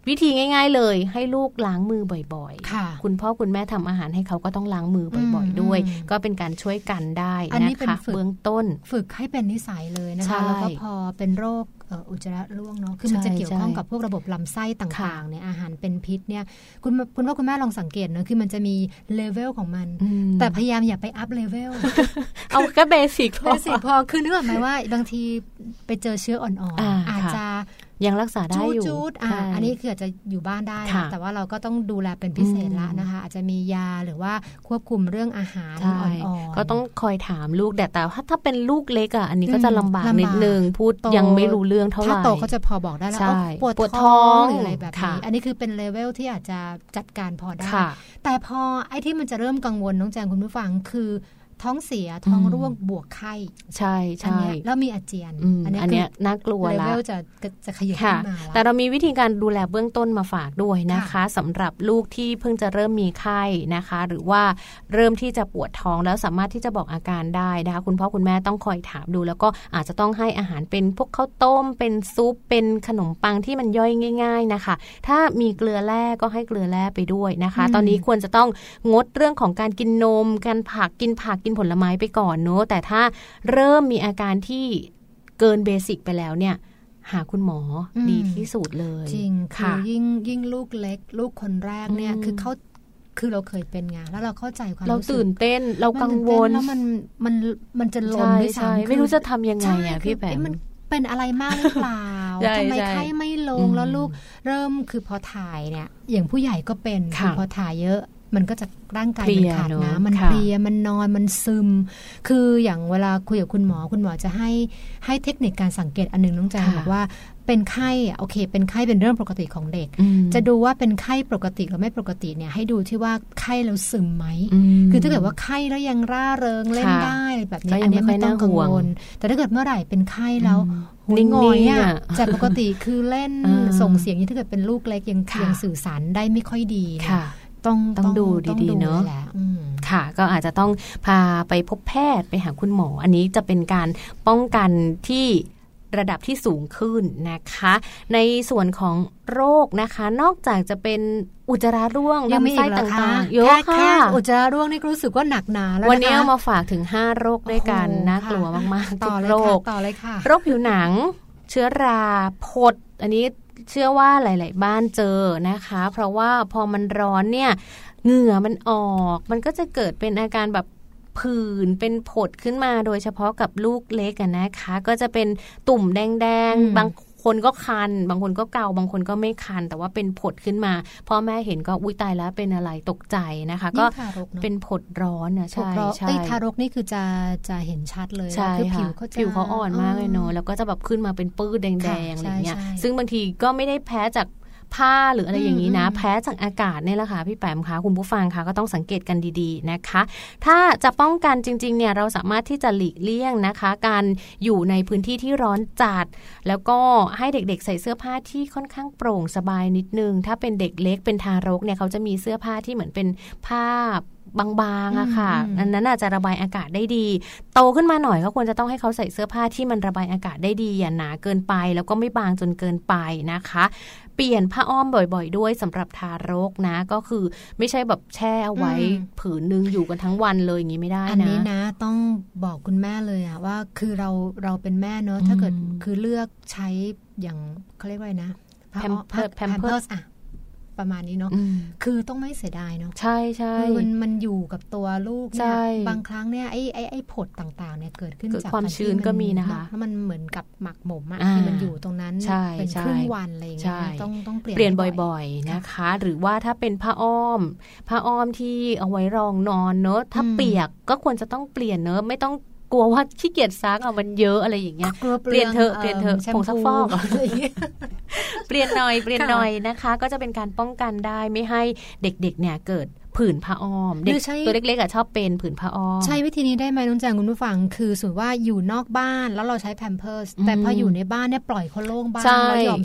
วิธีง่ายๆเลยให้ลูกล้างมือบ่อยๆคุณพ่อคุณแม่ทำอาหารให้เขาก็ต้องล้างมือบ่อยๆด้วยก็เป็นการช่วยกันได้นะคะเบื้องต้นฝึกให้เป็นนิสัยเลยนะคะแล้วก็พอเป็นโรคอุจจาระร่วงเนาะคือมันจะเกี่ยวข้องกับพวกระบบลำไส้ต่างๆเนี่ยอาหารเป็นพิษเนี่ยคุณคุณพ่อคุณแม่ลองสังเกตเนอะคือมันจะมีเลเวลของมันแต่พยายามอย่าไปอัพเลเวลเอาแค่เบสิกพอเบสิกพอคือนึกออกไหมว่าบางทีไปเจอเชื้ออ่อนๆอาจจะยังรักษาได้อยู่จูดๆ อ, อันนี้คืออาจจะอยู่บ้านได้แต่ว่าเราก็ต้องดูแลเป็นพิเศษละนะคะอาจจะมียาหรือว่าควบคุมเรื่องอาหารอ่อนๆก็ต้องคอยถามลูกแต่แต่ถ้าถ้าเป็นลูกเล็กอ่ะอันนี้ก็จะลำบากนิดนึงพูดยังไม่รู้เรื่องเท่าไหร่ถ้าโตเขาจะพอบอกได้แล้วปวดท้องหรืออะไรแบบนี้อันนี้คือเป็นเลเวลที่อาจจะจัดการพอได้แต่พอไอ้ที่มันจะเริ่มกังวลน้องแจงคุณผู้ฟังคือท้องเสียท้องร่วงบวกไข้ใช่ใช่แล้วมีอาเจียนอันนี้อันนี้น่ากลัวละเลเวลจะจะขยับขึ้นมาแต่เรามีวิธีการดูแลเบื้องต้นมาฝากด้วยนะคะสำหรับลูกที่เพิ่งจะเริ่มมีไข้นะคะหรือว่าเริ่มที่จะปวดท้องแล้วสามารถที่จะบอกอาการได้นะคะคุณพ่อคุณแม่ต้องคอยถามดูแล้วก็อาจจะต้องให้อาหารเป็นพวกข้าวต้มเป็นซุปเป็นขนมปังที่มันย่อยง่ายๆนะคะถ้ามีเกลือแร่ก็ให้เกลือแร่ไปด้วยนะคะตอนนี้ควรจะต้องงดเรื่องของการกินนมการผักกินผักกินผลไม้ไปก่อนเนอะแต่ถ้าเริ่มมีอาการที่เกินเบสิกไปแล้วเนี่ยหาคุณหมอดีที่สุดเลยจริงคือยิ่งยิ่งลูกเล็กลูกคนแรกเนี่ยคือเขาคือเราเคยเป็นไงแล้วเราเข้าใจความเราตื่นเต้นเรากังวลแล้วมันมันมันจะล้นด้วยซ้ำไม่รู้จะทำยังไงอ่ะพี่แปมมันเป็นอะไรมากหรือเปล่าทำไมไข้ไม่ลงแล้วลูกเริ่มคือพอถ่ายเนี่ยอย่างผู้ใหญ่ก็เป็นคือพอถ่ายเยอะมันก็จะร่างกายมันขาดน้ำมันเพลียมันนอนมันซึมคืออย่างเวลาคุยกับคุณหมอคุณหมอจะให้ให้เทคนิคการสังเกตอันนึงน้องแจงบอกว่าเป็นไข้โอเคเป็นไข้เป็นเรื่องปกติของเด็กจะดูว่าเป็นไข้ปกติหรือไม่ปกติเนี่ยให้ดูที่ว่าไข้แล้วซึมไหมคือถ้าเกิดว่าไข้แล้วยังร่าเริงเล่นได้แบบนี้อันนี้ไม่ต้องกังวลแต่ถ้าเกิดเมื่อไหร่เป็นไข้แล้วนิ่งๆอ่ะจากปกติคือเล่นส่งเสียงนี้ถ้าเกิดเป็นลูกเล็กยังยังสื่อสารได้ไม่ค่อยดีต้องต้องดูดีๆเนาะค่ะก็อาจจะต้องพาไปพบแพทย์ไปหาคุณหมออันนี้จะเป็นการป้องกันที่ระดับที่สูงขึ้นนะคะในส่วนของโรคนะคะนอกจากจะเป็นอุจจาระร่วงลำไส้ต่างๆเยอะค่ะอุจจาระร่วงนี่รู้สึกว่าหนักหนาแล้วนะคะวันนี้เอามาฝากถึงห้าโรคด้วยกันน่ากลัวมากๆทุกโรคต่อเลยค่ะโรคผิวหนังเชื้อราผดอันนี้เชื่อว่าหลายๆบ้านเจอนะคะเพราะว่าพอมันร้อนเนี่ยเหงื่อมันออกมันก็จะเกิดเป็นอาการแบบผื่นเป็นผดขึ้นมาโดยเฉพาะกับลูกเล็กอะนะคะก็จะเป็นตุ่มแดงๆบางคนก็คันบางคนก็เกาบางคนก็ไม่คันแต่ว่าเป็นผดขึ้นมาพ่อแม่เห็นก็อุ้ยตายแล้วเป็นอะไรตกใจนะคะก็เป็นผดร้อนอะใช่ใช่ทารกนี่คือจะจะเห็นชัดเลยคือผิวเขาผิวเขาอ่อนมากเลยเนาะแล้วก็จะแบบขึ้นมาเป็นปื้ดแดงๆอะไรเงี้ยซึ่งบางทีก็ไม่ได้แพ้จากผ้าหรืออะไรอย่างนี้นะแพ้จากอากาศเนี่ยแหละค่ะพี่แปมคะคุณผู้ฟังคะก็ต้องสังเกตกันดีๆนะคะถ้าจะป้องกันจริงๆเนี่ยเราสามารถที่จะหลีกเลี่ยงนะคะการอยู่ในพื้นที่ที่ร้อนจัดแล้วก็ให้เด็กๆใส่เสื้อผ้าที่ค่อนข้างโปร่งสบายนิดนึงถ้าเป็นเด็กเล็กเป็นทารกเนี่ยเขาจะมีเสื้อผ้าที่เหมือนเป็นผ้าบางๆอะค่ะอันนั้นอาจจะระบายอากาศได้ดีโตขึ้นมาหน่อยก็ควรจะต้องให้เขาใส่เสื้อผ้าที่มันระบายอากาศได้ดีอย่าหนาเกินไปแล้วก็ไม่บางจนเกินไปนะคะเปลี่ยนผ้าอ้อมบ่อยๆด้วยสำหรับทารกนะก็คือไม่ใช่แบบแช่เอาไว้ผืนนึงอยู่กันทั้งวันเลยอย่างนี้ไม่ได้นะอันนี้นะต้องบอกคุณแม่เลยอะว่าคือเราเราเป็นแม่เนอะถ้าเกิดคือเลือกใช้อย่างเขาเรียกว่านะแพมเพิร์สแพมเพิร์สอะประมาณนี้เนาะคือต้องไม่เสียดายเนาะใช่ใช่คือมันมันอยู่กับตัวลูกเนี่ยบางครั้งเนี่ยไอ้ไอ้ไอ้ผดต่างๆเนี่ยเกิดขึ้นจากความชื้นก็มีนะคะแล้วมันเหมือนกับหมักหมมอะที่มันอยู่ตรงนั้นเป็นครึ่งวันอะไรอย่างเงี้ยต้องต้องเปลี่ยนเปลี่ยนบ่อยๆนะคะหรือว่าถ้าเป็นผ้าอ้อมผ้าอ้อมที่เอาไว้รองนอนเนอะถ้าเปียกก็ควรจะต้องเปลี่ยนเนอะไม่ต้องกลัวว่าขี้เกียจซักเอามันเยอะอะไรอย่างเงี้ยเปลี่ยนเถอะเปลี่ยนเถอะผงซักฟอกเปลี่ยนหน่อยเปลี่ยนหน่อยนะคะก็จะเป็นการป้องกันได้ไม่ให้เด็กๆเนี่ยเกิดผื่นผ้าอ้อมเด็กตัวเล็กๆอ่ะชอบเป็นผื่นผ้าอ้อมใช่วิธีนี้ได้ไหมน้องแจงคุณผู้ฟังคือสมมติว่าอยู่นอกบ้านแล้วเราใช้แพมเพิร์สแต่พออยู่ในบ้านเนี่ยปล่อยเขาโล่งบ้านแล้วยอมซัก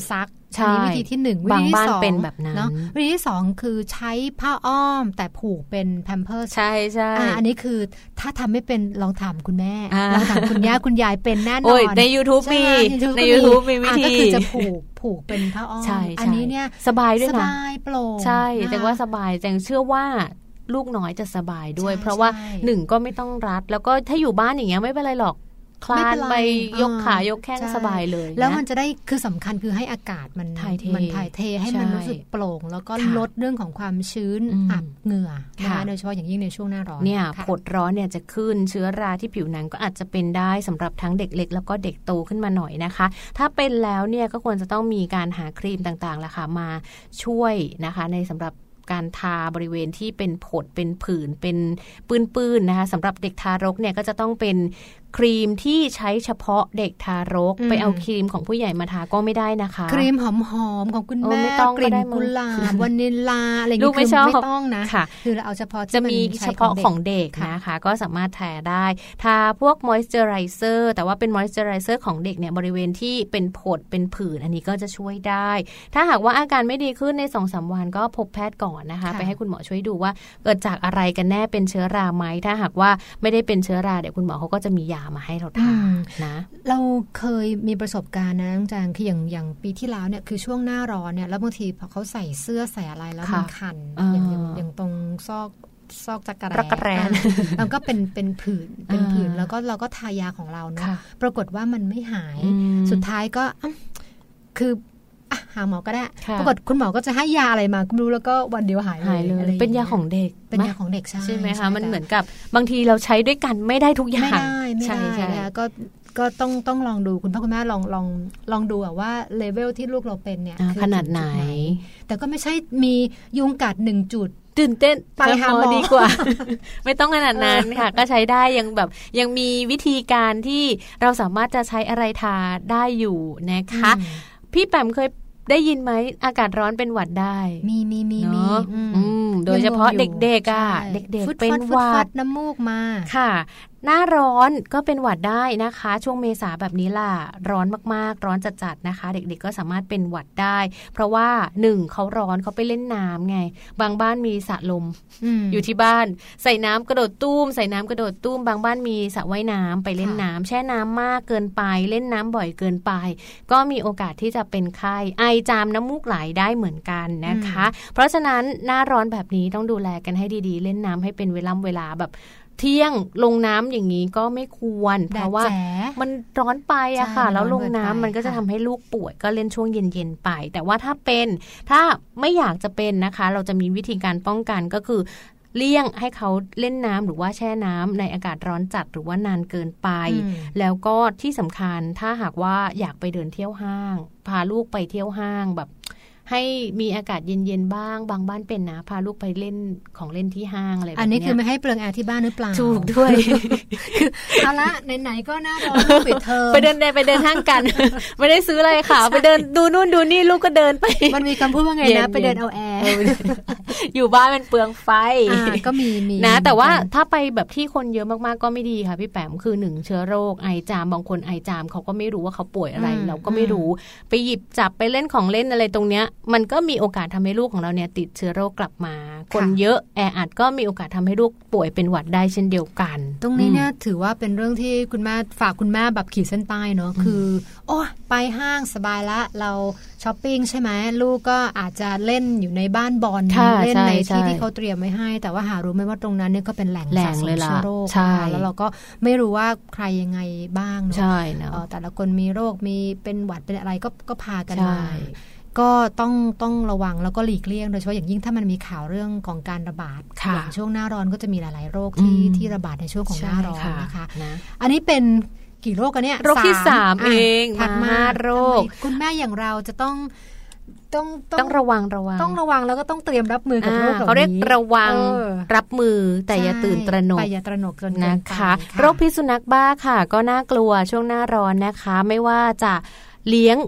อันนี้วิธีที่หนึ่งวิธีที่สองเป็นแบบนั้นเนาะวิธีที่สองคือใช้ผ้าอ้อมแต่ผูกเป็นแพมเพิร์สใช่ใช่อันนี้คือถ้าทำไม่เป็นลองถามคุณแม่ลองถามคุณย่าคุณยายเป็นแน่นอนใน YouTube มีใน YouTube มีวิธีก็คือจะผูกผูกเป็นผ้าอ้อมอันนี้เนี่ยสบายด้วยนะสบายโปร่งใช่แต่ว่าสบายแต่เชื่อว่าลูกน้อยจะสบายด้วยเพราะว่าหนึ่งก็ไม่ต้องรัดแล้วก็ถ้าอยู่บ้านอย่างเงี้ยไม่เป็นไรหรอกคลานไปยกขายกแข้งสบายเลยแล้วมันจะได้คือสำคัญคือให้อากาศมันถ่ายเทมันถ่ายเทให้มันรู้สึกโปร่งแล้วก็ลดเรื่องของความชื้นอับเหงื่อนะคะโดยเฉพาะอย่างยิ่งในช่วงหน้าร้อนเนี่ยผดร้อนเนี่ยจะขึ้นเชื้อราที่ผิวหนังก็อาจจะเป็นได้สำหรับทั้งเด็กเล็กแล้วก็เด็กโตขึ้นมาหน่อยนะคะถ้าเป็นแล้วเนี่ยก็ควรจะต้องมีการหาครีมต่างๆแหละค่ะมาช่วยนะคะในสำหรับการทาบริเวณที่เป็นผดเป็นผื่นเป็นปื้นๆนะคะสำหรับเด็กทารกเนี่ยก็จะต้องเป็นครีมที่ใช้เฉพาะเด็กทารกไปเอาครีมของผู้ใหญ่มาทาก็ไม่ได้นะคะครีมหอมๆของคุณแม่กลิ่นกุหลาบวานิลลาอะไรอย่างนี้คือไม่ต้องนะคือเราเอาเฉพาะจะมีเฉพาะของเด็กนะคะก็สามารถทาได้ทาพวกมอยส์เจอไรเซอร์แต่ว่าเป็นมอยส์เจอไรเซอร์ของเด็กเนี่ยบริเวณที่เป็นผดเป็นผื่นอันนี้ก็จะช่วยได้ถ้าหากว่าอาการไม่ดีขึ้นใน สองถึงสาม วันก็พบแพทย์ก่อนนะคะไปให้คุณหมอช่วยดูว่าเกิดจากอะไรกันแน่เป็นเชื้อราไหมถ้าหากว่าไม่ได้เป็นเชื้อราเดี๋ยวคุณหมอเขาก็จะมียามาให้เราทานนะเราเคยมีประสบการณ์นะน้องจางคืออย่างอย่างปีที่แล้วเนี่ยคือช่วงหน้าร้อนเนี่ยแล้วบางทีพอเขาใส่เสื้อใส่อะไรแล้วมันคันอย่างอย่างตรงซอกซอกจักรแร้แล้วก็เป็นเป็นผื่นเป็นผื่นแล้วก็เราก็ทายาของเราเนาะปรากฏว่ามันไม่หายสุดท้ายก็คือหาหมอก็ได้ปรากฏคุณหมอก็จะให้ยาอะไรมาก็ไม่รู้แล้วก็วันเดียวหายเลยเป็นยาของเด็กเป็นยาของเด็กใช่ใช่ไหมคะมันเหมือนกับบางทีเราใช้ด้วยกันไม่ได้ทุกอย่างไม่ได้ไม่ได้นะคะก็ก็ต้องต้องลองดูคุณพ่อคุณแม่ลองลองลองดูว่าเลเวลที่ลูกเราเป็นเนี่ยขนาดไหนแต่ก็ไม่ใช่มียุงกัดหนึ่งจุดตื่นเต้นไปหาหมอดีกว่า ไม่ต้องขนาดนั้นค่ะก็ใช้ได้ยังแบบยังมีวิธีการที่เราสามารถจะใช้อะไรทาได้อยู่นะคะพี่แปมเคยได้ยินไหมอากาศร้อนเป็นหวัดได้มีมีมีมีโดยเฉพาะเด็กๆอ่ะเด็กๆเป็นหวัดน้ำมูกมาค่ะหน้าร้อนก็เป็นหวัดได้นะคะช่วงเมษาแบบนี้ล่ะร้อนมากๆร้อนจัดๆนะคะเด็กๆก็สามารถเป็นหวัดได้เพราะว่าหนึ่งเขาร้อนเขาไปเล่นน้ำไงบางบ้านมีสระลม อ, อยู่ที่บ้านใส่น้ำกระโดดตุ้มใส่น้ำกระโดดตุ้มบางบ้านมีสระว่ายน้ำไปเล่นน้ำแช่น้ำมากเกินไปเล่นน้ำบ่อยเกินไปก็มีโอกาสที่จะเป็นไข้ไอจามน้ำมูกไหลได้เหมือนกันนะคะเพราะฉะนั้นหน้าร้อนแบบนี้ต้องดูแลกันให้ดีๆเล่นน้ำให้เป็นเวลาเวลาแบบเที่ยงลงน้ำอย่างนี้ก็ไม่ควรเพราะว่ามันร้อนไปอะค่ะแล้วลงน้ำมันก็จะทำให้ลูกป่วยก็เล่นช่วงเย็นๆไปแต่ว่าถ้าเป็นถ้าไม่อยากจะเป็นนะคะเราจะมีวิธีการป้องกันก็คือเลี่ยงให้เขาเล่นน้ำหรือว่าแช่น้ำในอากาศร้อนจัดหรือว่านานเกินไปแล้วก็ที่สำคัญถ้าหากว่าอยากไปเดินเที่ยวห้างพาลูกไปเที่ยวห้างแบบให้มีอากาศเย็นๆบ้างบางบ้านเป็นนะพาลูกไปเล่นของเล่นที่ห้างอะไรแบบนี้อันนี้คือไม่ให้เปลืองแอร์ที่บ้านหรือเปล่าถูกด้วยเอาละไหนๆก็หน้าร้อนปิดเทอมไปเดินไปเดินห้างกันไม่ได้ซื้ออะไรค่ะไปเดินดูนู่นดูนี่ลูกก็เดินไปมันมีคำพูดว่าไงนะไปเดินเอาแอร์อยู่บ้านมันเปลืองไฟก็มีมีนะแต่ว่าถ้าไปแบบที่คนเยอะมากๆก็ไม่ดีค่ะพี่แปมคือหนึ่งเชื้อโรคไอจามบางคนไอจามเขาก็ไม่รู้ว่าเขาป่วยอะไรเราก็ไม่รู้ไปหยิบจับไปเล่นของเล่นอะไรตรงเนี้ยมันก็มีโอกาสทำให้ลูกของเราเนี่ยติดเชื้อโรคกลับมาคนเยอะแออัดก็มีโอกาสทำให้ลูกป่วยเป็นหวัดได้เช่นเดียวกันตรงนี้เนี่ยถือว่าเป็นเรื่องที่คุณแม่ฝากคุณแม่แบบขีดเส้นใต้เนาะคือโอ้ไปห้างสบายละเราช้อปปิ้งใช่ไหมลูกก็อาจจะเล่นอยู่ในบ้านบอลเล่นในที่ที่เขาเตรียมไว้ให้แต่ว่าหารู้ไหมว่าตรงนั้นเนี่ยก็เป็นแหล่งสะสมเชื้อโรคแล้วเราก็ไม่รู้ว่าใครยังไงบ้างเนาะแต่ละคนมีโรคมีเป็นหวัดเป็นอะไรก็ก็พากันมาก็ต้องต้องระวังแล้วก็หลีกเลี่ยงโดยเฉพาะอย่างยิ่งถ้ามันมีข่าวเรื่องของการระบาดอย่างช่วงหน้าร้อนก็จะมีหลายๆโรคที่ที่ระบาดในช่วงของหน้าร้อนนะคะอันนี้เป็นกี่โรคกันเนี่ยโรคที่สามเองถัดมาโรคคุณแม่อย่างเราจะต้องต้องต้องระวังระวังต้องระวังแล้วก็ต้องเตรียมรับมือกับโรคเหล่านี้เขาเรียกระวังรับมือแต่อย่าตื่นตระหนกไปอย่าตระหนกจนนะคะโรคพิษสุนัขบ้าค่ะก็น่ากลัวช่วงหน้าร้อนนะคะไม่ว่าจะเลี้ยง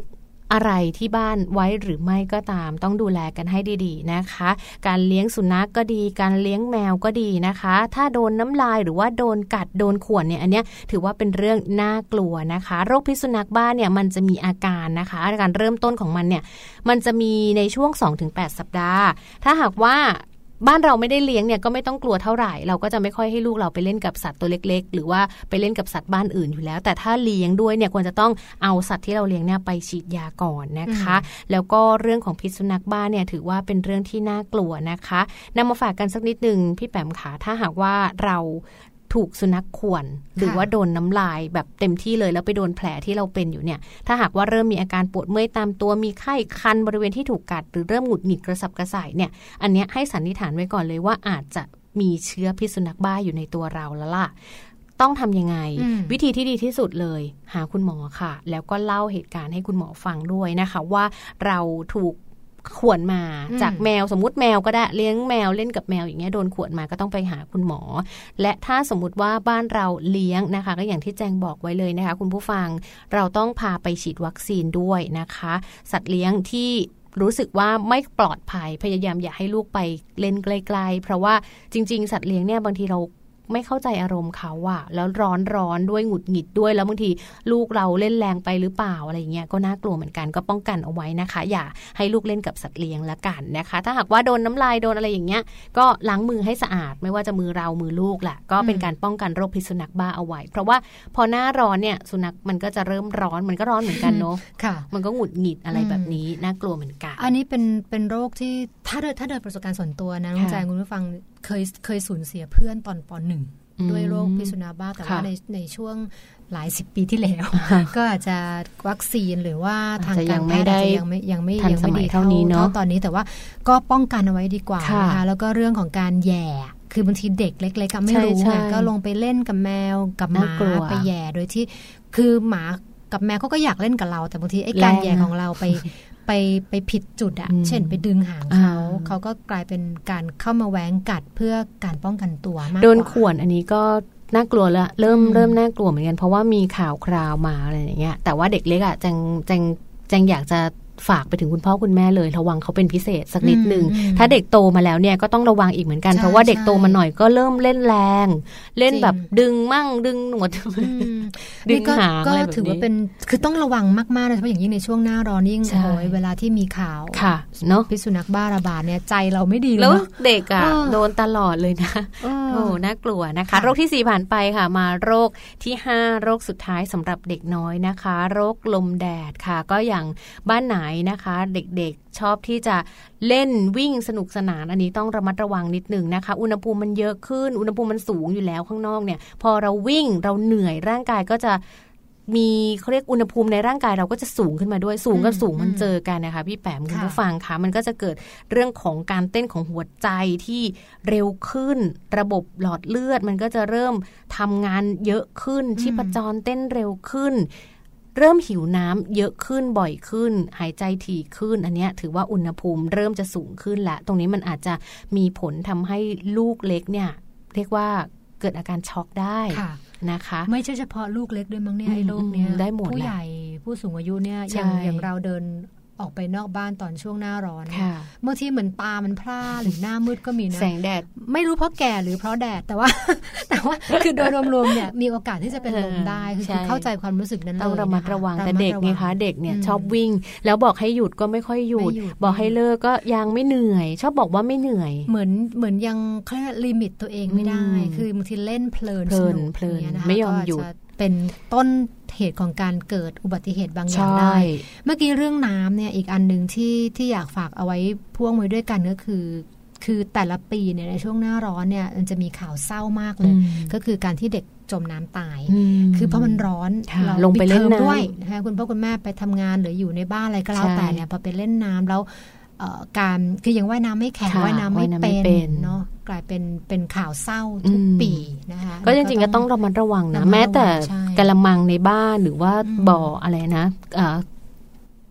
อะไรที่บ้านไว้หรือไม่ก็ตามต้องดูแลกันให้ดีๆนะคะการเลี้ยงสุนัข ก, ก็ดีการเลี้ยงแมวก็ดีนะคะถ้าโดนน้ำลายหรือว่าโดนกัดโดนข่วนเนี่ยอันเนี้ยถือว่าเป็นเรื่องน่ากลัวนะคะโรคพิษสุนัขบ้าเนี่ยมันจะมีอาการนะคะอาการเริ่มต้นของมันเนี่ยมันจะมีในช่วง สองถึงแปด สัปดาห์ถ้าหากว่าบ้านเราไม่ได้เลี้ยงเนี่ยก็ไม่ต้องกลัวเท่าไหร่เราก็จะไม่ค่อยให้ลูกเราไปเล่นกับสัตว์ตัวเล็กๆหรือว่าไปเล่นกับสัตว์บ้านอื่นอยู่แล้วแต่ถ้าเลี้ยงด้วยเนี่ยควรจะต้องเอาสัตว์ที่เราเลี้ยงเนี่ยไปฉีดยาก่อนนะคะแล้วก็เรื่องของพิษสุนัขบ้าเนี่ยถือว่าเป็นเรื่องที่น่ากลัวนะคะนำมาฝากกันสักนิดนึงพี่แปมค่ะถ้าหากว่าเราถูกสุนัขข่วนหรือว่าโดนน้ำลายแบบเต็มที่เลยแล้วไปโดนแผลที่เราเป็นอยู่เนี่ยถ้าหากว่าเริ่มมีอาการปวดเมื่อยตามตัวมีไข้คันบริเวณที่ถูกกัดหรือเริ่มหงุดหงิดกระสับกระส่ายเนี่ยอันเนี้ยให้สันนิษฐานไว้ก่อนเลยว่าอาจจะมีเชื้อพิษสุนัขบ้าอยู่ในตัวเราแล้วล่ะต้องทำยังไงวิธีที่ดีที่สุดเลยหาคุณหมอค่ะแล้วก็เล่าเหตุการณ์ให้คุณหมอฟังด้วยนะคะว่าเราถูกข่วนมาจากแมวสมมุติแมวก็ได้เลี้ยงแมวเล่นกับแมวอย่างเงี้ยโดนข่วนมาก็ต้องไปหาคุณหมอและถ้าสมมุติว่าบ้านเราเลี้ยงนะคะก็อย่างที่แจงบอกไว้เลยนะคะคุณผู้ฟังเราต้องพาไปฉีดวัคซีนด้วยนะคะสัตว์เลี้ยงที่รู้สึกว่าไม่ปลอดภัยพยายามอย่าให้ลูกไปเล่นไกลๆเพราะว่าจริงๆสัตว์เลี้ยงเนี่ยบางทีเราไม่เข้าใจอารมณ์เขาอะแล้วร้อนร้อนด้วยหงุดหงิดด้วยแล้วบางทีลูกเราเล่นแรงไปหรือเปล่าอะไรเงี้ยก็น่ากลัวเหมือนกันก็ป้องกันเอาไว้นะคะอย่าให้ลูกเล่นกับสัตว์เลี้ยงละกันนะคะถ้าหากว่าโดนน้ำลายโดนอะไรอย่างเงี้ยก็ล้างมือให้สะอาดไม่ว่าจะมือเรามือลูกแหละก็เป็นการป้องกันโรคพิษสุนัขบ้าเอาไว้เพราะว่าพอหน้าร้อนเนี่ยสุนัขมันก็จะเริ่มร้อนมันก็ร้อนเหมือนกันเนาะมันก็หงุดหงิดอะไรแบบนี้น่ากลัวเหมือนกันอันนี้เป็นเป็นโรคที่ถ้าเดินถ้าเดินประสบการณ์ส่วนตัวนะน้องแจงคุณผู้ฟังเคยเคยสูญเสียเพื่อนตอนป.หนึ่งด้วยโรคพิษสุนัขบ้าแต่ว่าในในช่วงหลายสิบปีที่แล้วก็อาจจะวัคซีนหรือว่าทางการแพทย์อาจจะยังไม่ยังไม่ยังไม่ดีเท่าเท่าตอนนี้แต่ว่าก็ป้องกันเอาไว้ดีกว่านะคะแล้วก็เรื่องของการแย่คือบางทีเด็กเล็กๆก็ไม่รู้ไงก็ลงไปเล่นกับแมวกับหมาไปแย่โดยที่คือหมากับแมวเขาก็อยากเล่นกับเราแต่บางทีไอ้การแย่ของเราไปไปไปผิดจุดอะเช่นไปดึงหางเขาเขาก็กลายเป็นการเข้ามาแหวงกัดเพื่อการป้องกันตัวมากกว่าโดนข่วนอันนี้ก็น่ากลัวแล้วเริ่มเริ่มน่ากลัวเหมือนกันเพราะว่ามีข่าวคราวมาอะไรอย่างเงี้ยแต่ว่าเด็กเล็กอะแจงแจงแจงอยากจะฝากไปถึงคุณพ่อคุณแม่เลยระวังเขาเป็นพิเศษสักนิดนึงถ้าเด็กโตมาแล้วเนี่ยก็ต้องระวังอีกเหมือนกันเพราะว่าเด็กโตมาหน่อยก็เริ่มเล่นแรงเล่นแบบดึงมั่งดึงหนวดดึงหางอะไรแบบนี้ก็ถือว่าเป็นคือต้องระวังมากๆเลยเพราะอย่างยิ่งในช่วงหน้าร้อนยิ่งโอ้ยเวลาที่มีข่าวเนาะพิษสุนัขบ้าระบาดเนี่ยใจเราไม่ดีเลยแล้วเด็กอ่ะโดนตลอดเลยนะโอ้น่ากลัวนะคะโรคที่สี่ผ่านไปค่ะมาโรคที่ห้าโรคสุดท้ายสำหรับเด็กน้อยนะคะโรคลมแดดค่ะก็อย่างบ้านไหนนะคะเด็กๆชอบที่จะเล่นวิ่งสนุกสนานอันนี้ต้องระมัดระวังนิดนึงนะคะอุณหภูมิมันเยอะขึ้นอุณหภูมิมันสูงอยู่แล้วข้างนอกเนี่ยพอเราวิ่งเราเหนื่อยร่างกายก็จะมีเขาเรียกอุณหภูมิในร่างกายเราก็จะสูงขึ้นมาด้วยสูงกับสูงมันเจอกันนะคะพี่แปมคุณผู้ฟังคะมันก็จะเกิดเรื่องของการเต้นของหัวใจที่เร็วขึ้นระบบหลอดเลือดมันก็จะเริ่มทำงานเยอะขึ้นชีพจรเต้นเร็วขึ้นเริ่มหิวน้ำเยอะขึ้นบ่อยขึ้นหายใจถี่ขึ้นอันนี้ถือว่าอุณหภูมิเริ่มจะสูงขึ้นและตรงนี้มันอาจจะมีผลทำให้ลูกเล็กเนี่ยเรียกว่าเกิดอาการช็อกได้นะคะไม่ใช่เฉพาะลูกเล็กด้วยมั้งเนี่ยไอ้โรคเนี้ยได้หมดผู้ใหญ่ผู้สูงอายุเนี่ยอย่างอย่างเราเดินออกไปนอกบ้านตอนช่วงหน้าร้อนบางทีเหมือนตามันพร่าหรือหน้ามืดก็มีนะแสงแดดไม่รู้เพราะแก่หรือเพราะแดดแต่ว่าแต่ว่าคือโดยรวมๆเนี่ยมีโอกาสที่จะเป็นลมได้คือเข้าใจความรู้สึกนั้นเลยต้องระมัดระวังแต่เด็กไงคะเด็กเนี่ยชอบวิ่งแล้วบอกให้หยุดก็ไม่ค่อยหยุดบอกให้เลิกก็ยังไม่เหนื่อยชอบบอกว่าไม่เหนื่อยเหมือนเหมือนยังเขาเรียกลิมิตตัวเองไม่ได้คือบางทีเล่นเพลินสนุกเพลินไม่ยอมหยุดเป็นต้นเหตุของการเกิดอุบัติเหตุบางอย่างได้เมื่อกี้เรื่องน้ำเนี่ยอีกอันนึงที่ที่อยากฝากเอาไว้พ่วงไว้ด้วยกันก็คือคือแต่ละปีเนี่ยในช่วงหน้าร้อนเนี่ยมันจะมีข่าวเศร้ามากเลยก็คือการที่เด็กจมน้ำตายคือเพราะมันร้อนเราลงไปเล่นน้ำด้วยนะคะคุณพ่อคุณแม่ไปทำงานหรืออยู่ในบ้านอะไรก็แล้วแต่เนี่ยพอไปเล่นน้ำแล้วการคือยังว่ายน้ำไม่แข็งว่ายน้ำไม่เป็นเนาะกลายเป็นเป็นข่าวเศร้าทุกปีนะคะก็จริงๆก็ต้องระมัดระวังนะแม้แต่กะละมังในบ้านหรือว่าบ่ออะไรนะแท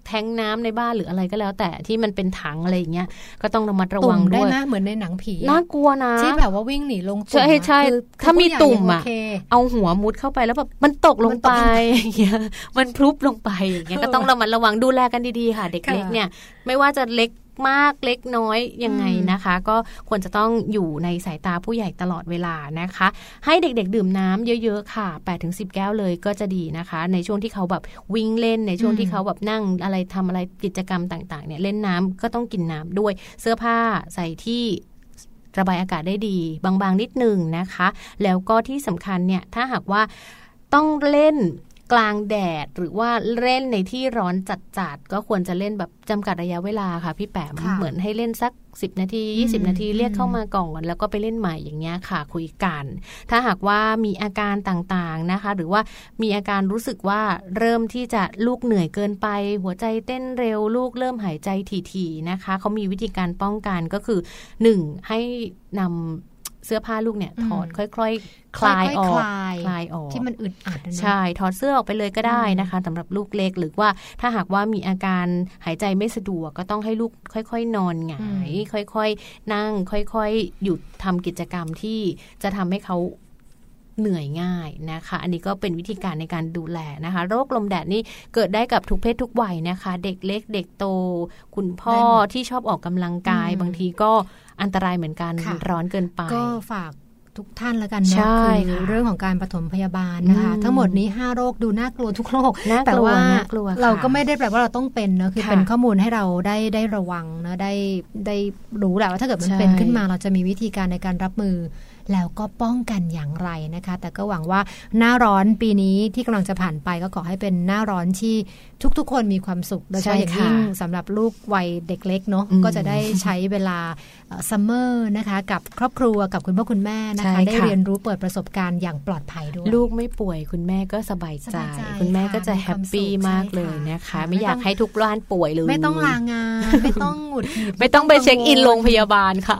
แทงน้ำในบ้านหรืออะไรก็แล้วแต่ที่มันเป็นถังอะไรอย่างเงี้ยก็ต้องระมัดระวังด้วยได้นะเหมือนในหนังผีน่ากลัวนะที่แบบว่าวิ่งหนีลงตุ่มใช่ใช่ถ้ามีตุ่มอ่ะเอาหัวมุดเข้าไปแล้วแบบมันตกลงไปอย่างเงี้ยมันพลุบลงไปอย่างเงี้ยก็ต้องระมัดระวังดูแลกันดีๆค่ะเด็กเล็กเนี่ยไม่ว่าจะเล็กมากเล็กน้อยยังไงนะคะก็ควรจะต้องอยู่ในสายตาผู้ใหญ่ตลอดเวลานะคะให้เด็กๆดื่มน้ำเยอะๆค่ะ แปดถึงสิบ แก้วเลยก็จะดีนะคะในช่วงที่เขาแบบวิ่งเล่นในช่วงที่เขาแบบนั่งอะไรทำอะไรกิจกรรมต่างๆเนี่ยเล่นน้ำก็ต้องกินน้ำด้วยเสื้อผ้าใส่ที่ระบายอากาศได้ดีบางๆนิดนึงนะคะแล้วก็ที่สำคัญเนี่ยถ้าหากว่าต้องเล่นกลางแดดหรือว่าเล่นในที่ร้อนจัดๆก็ควรจะเล่นแบบจำกัดระยะเวลาค่ะพี่แปมเหมือนให้เล่นสักสิบนาทียี่สิบนาทีเรียกเข้ามาก่อนแล้วก็ไปเล่นใหม่อย่างเงี้ยค่ะคุยกันถ้าหากว่ามีอาการต่างๆนะคะหรือว่ามีอาการรู้สึกว่าเริ่มที่จะลูกเหนื่อยเกินไปหัวใจเต้นเร็วลูกเริ่มหายใจถี่ๆนะคะเขามีวิธีการป้องกันก็คือหนึ่งให้นำเสื้อผ้าลูกเนี่ยถอดค่อยๆคลายออกคลายออกที่มันอึดอัดนะใช่ถอดเสื้อออกไปเลยก็ได้นะคะสำหรับลูกเล็กหรือว่าถ้าหากว่ามีอาการหายใจไม่สะดวกก็ต้องให้ลูกค่อยๆนอนหงายค่อยๆนั่งค่อยๆหยุดทำกิจกรรมที่จะทำให้เขาเหนื่อยง่ายนะคะอันนี้ก็เป็นวิธีการในการดูแลนะคะโรคลมแดดนี่เกิดได้กับทุกเพศทุกวัยนะคะเด็กเล็กเด็กโตคุณพ่อที่ชอบออกกำลังกายบางทีก็อันตรายเหมือนกันร้อนเกินไปก็ฝากทุกท่านแล้วกันเนาะคือเรื่องของการปฐมพยาบาลนะคะทั้งหมดนี้ห้าโรคดูน่ากลัวทุกโรคแต่ว่าเราก็ไม่ได้แปลว่าเราต้องเป็นเนาะคือเป็นข้อมูลให้เราได้ได้ระวังนะได้ได้รู้แหละว่าถ้าเกิดมันเป็นขึ้นมาเราจะมีวิธีการในการรับมือแล้วก็ป้องกันอย่างไรนะคะแต่ก็หวังว่าหน้าร้อนปีนี้ที่กำลังจะผ่านไปก็ขอให้เป็นหน้าร้อนที่ทุกๆคนมีความสุขโดยเฉพาะอย่างยิ่งสำหรับลูกวัยเด็กเล็กเนาะก็จะได้ใช้เวลาซัมเมอร์นะคะกับครอบครัวกับคุณพ่อคุณแม่นะคะได้เรียนรู้เปิดประสบการณ์อย่างปลอดภัยด้วยลูกไม่ป่วยคุณแม่ก็สบายใจคุณแม่ก็จะแฮปปี้มากเลยนะคะไม่อยากให้ทุกบ้านป่วยเลยไม่ต้องลางานไม่ต้องหงุดหงิดไม่ต้องไปเช็คอินโรงพยาบาลค่ะ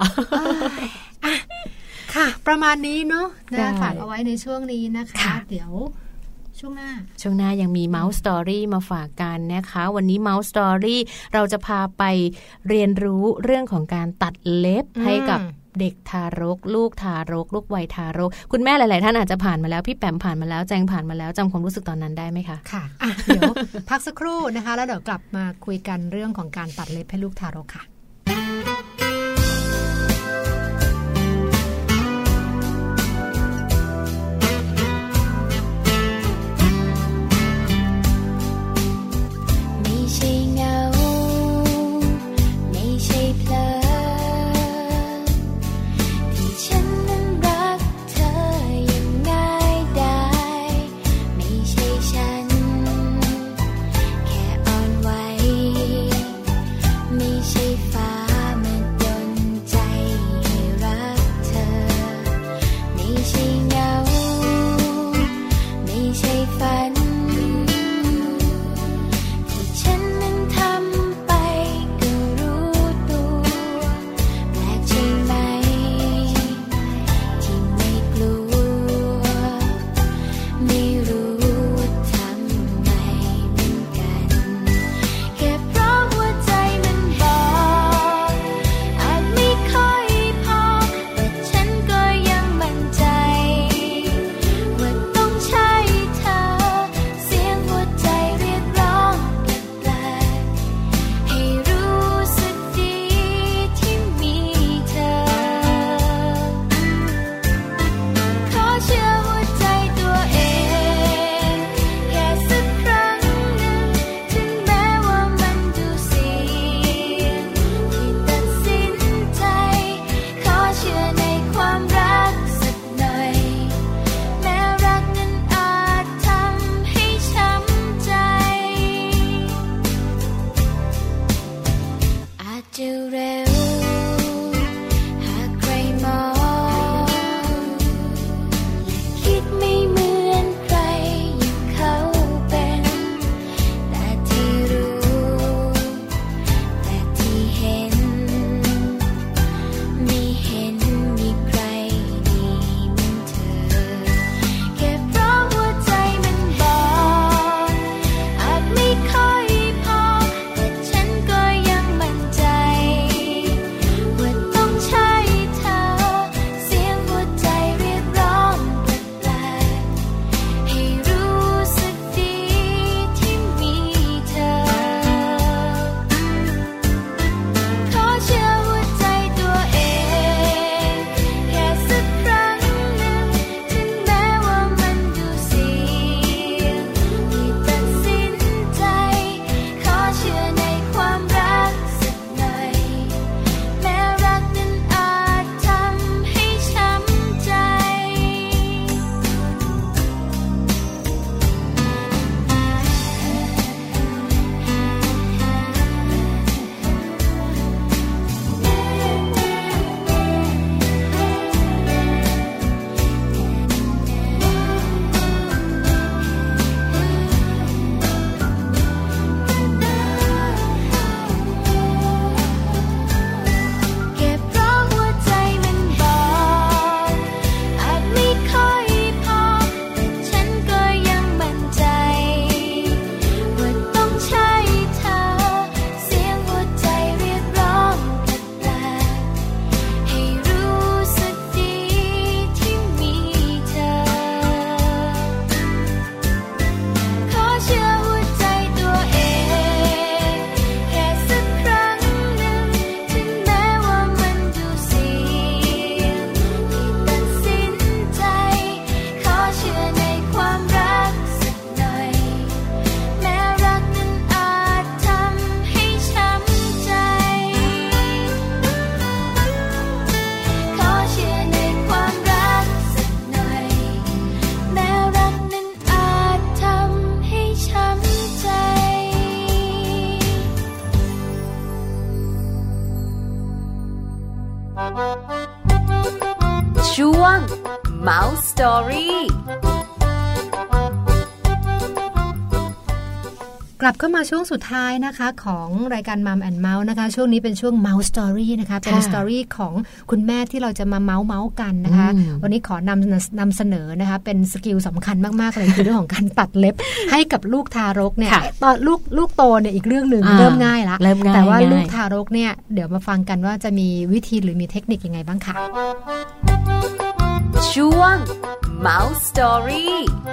ค่ะประมาณนี้เนาะนะฝากเอาไว้ในช่วงนี้นะคะเดี๋ยวช่วงหน้าช่วงหน้ายังมี Mouse Story มาฝากกันนะคะวันนี้ Mouse Story เราจะพาไปเรียนรู้เรื่องของการตัดเล็บให้กับเด็กทารกลูกทารกลูกวัยทารกคุณแม่หลายๆท่านอาจจะผ่านมาแล้วพี่แปมผ่านมาแล้วแจงผ่านมาแล้วจำความรู้สึกตอนนั้นได้ไหมคะค่ะอ่ะเดี๋ยวพักสักครู่นะคะแล้วเดี๋ยวกลับมาคุยกันเรื่องของการตัดเล็บให้ลูกทารกค่ะไม่ใช่ฝัน Story กลับเข้ามาช่วงสุดท้ายนะคะของรายการ Mum and Mouse นะคะช่วงนี้เป็นช่วง Mouse Story นะคะเป็นสตอรี่ของคุณแม่ที่เราจะมาเมาส์เมาส์กันนะคะวันนี้ขอนำนำเสนอนะคะเป็นสกิลสำคัญมากๆเลยคือเรื่องของการตัดเล็บให้กับลูกทารกเนี่ยตอนลูกลูกโตเนี่ยอีกเรื่องนึงเริ่มง่ายละแต่ว่าลูกทารกเนี่ยเดี๋ยวมาฟังกันว่าจะมีวิธีหรือมีเทคนิคยังไงบ้างค่ะช่วง Mouse Story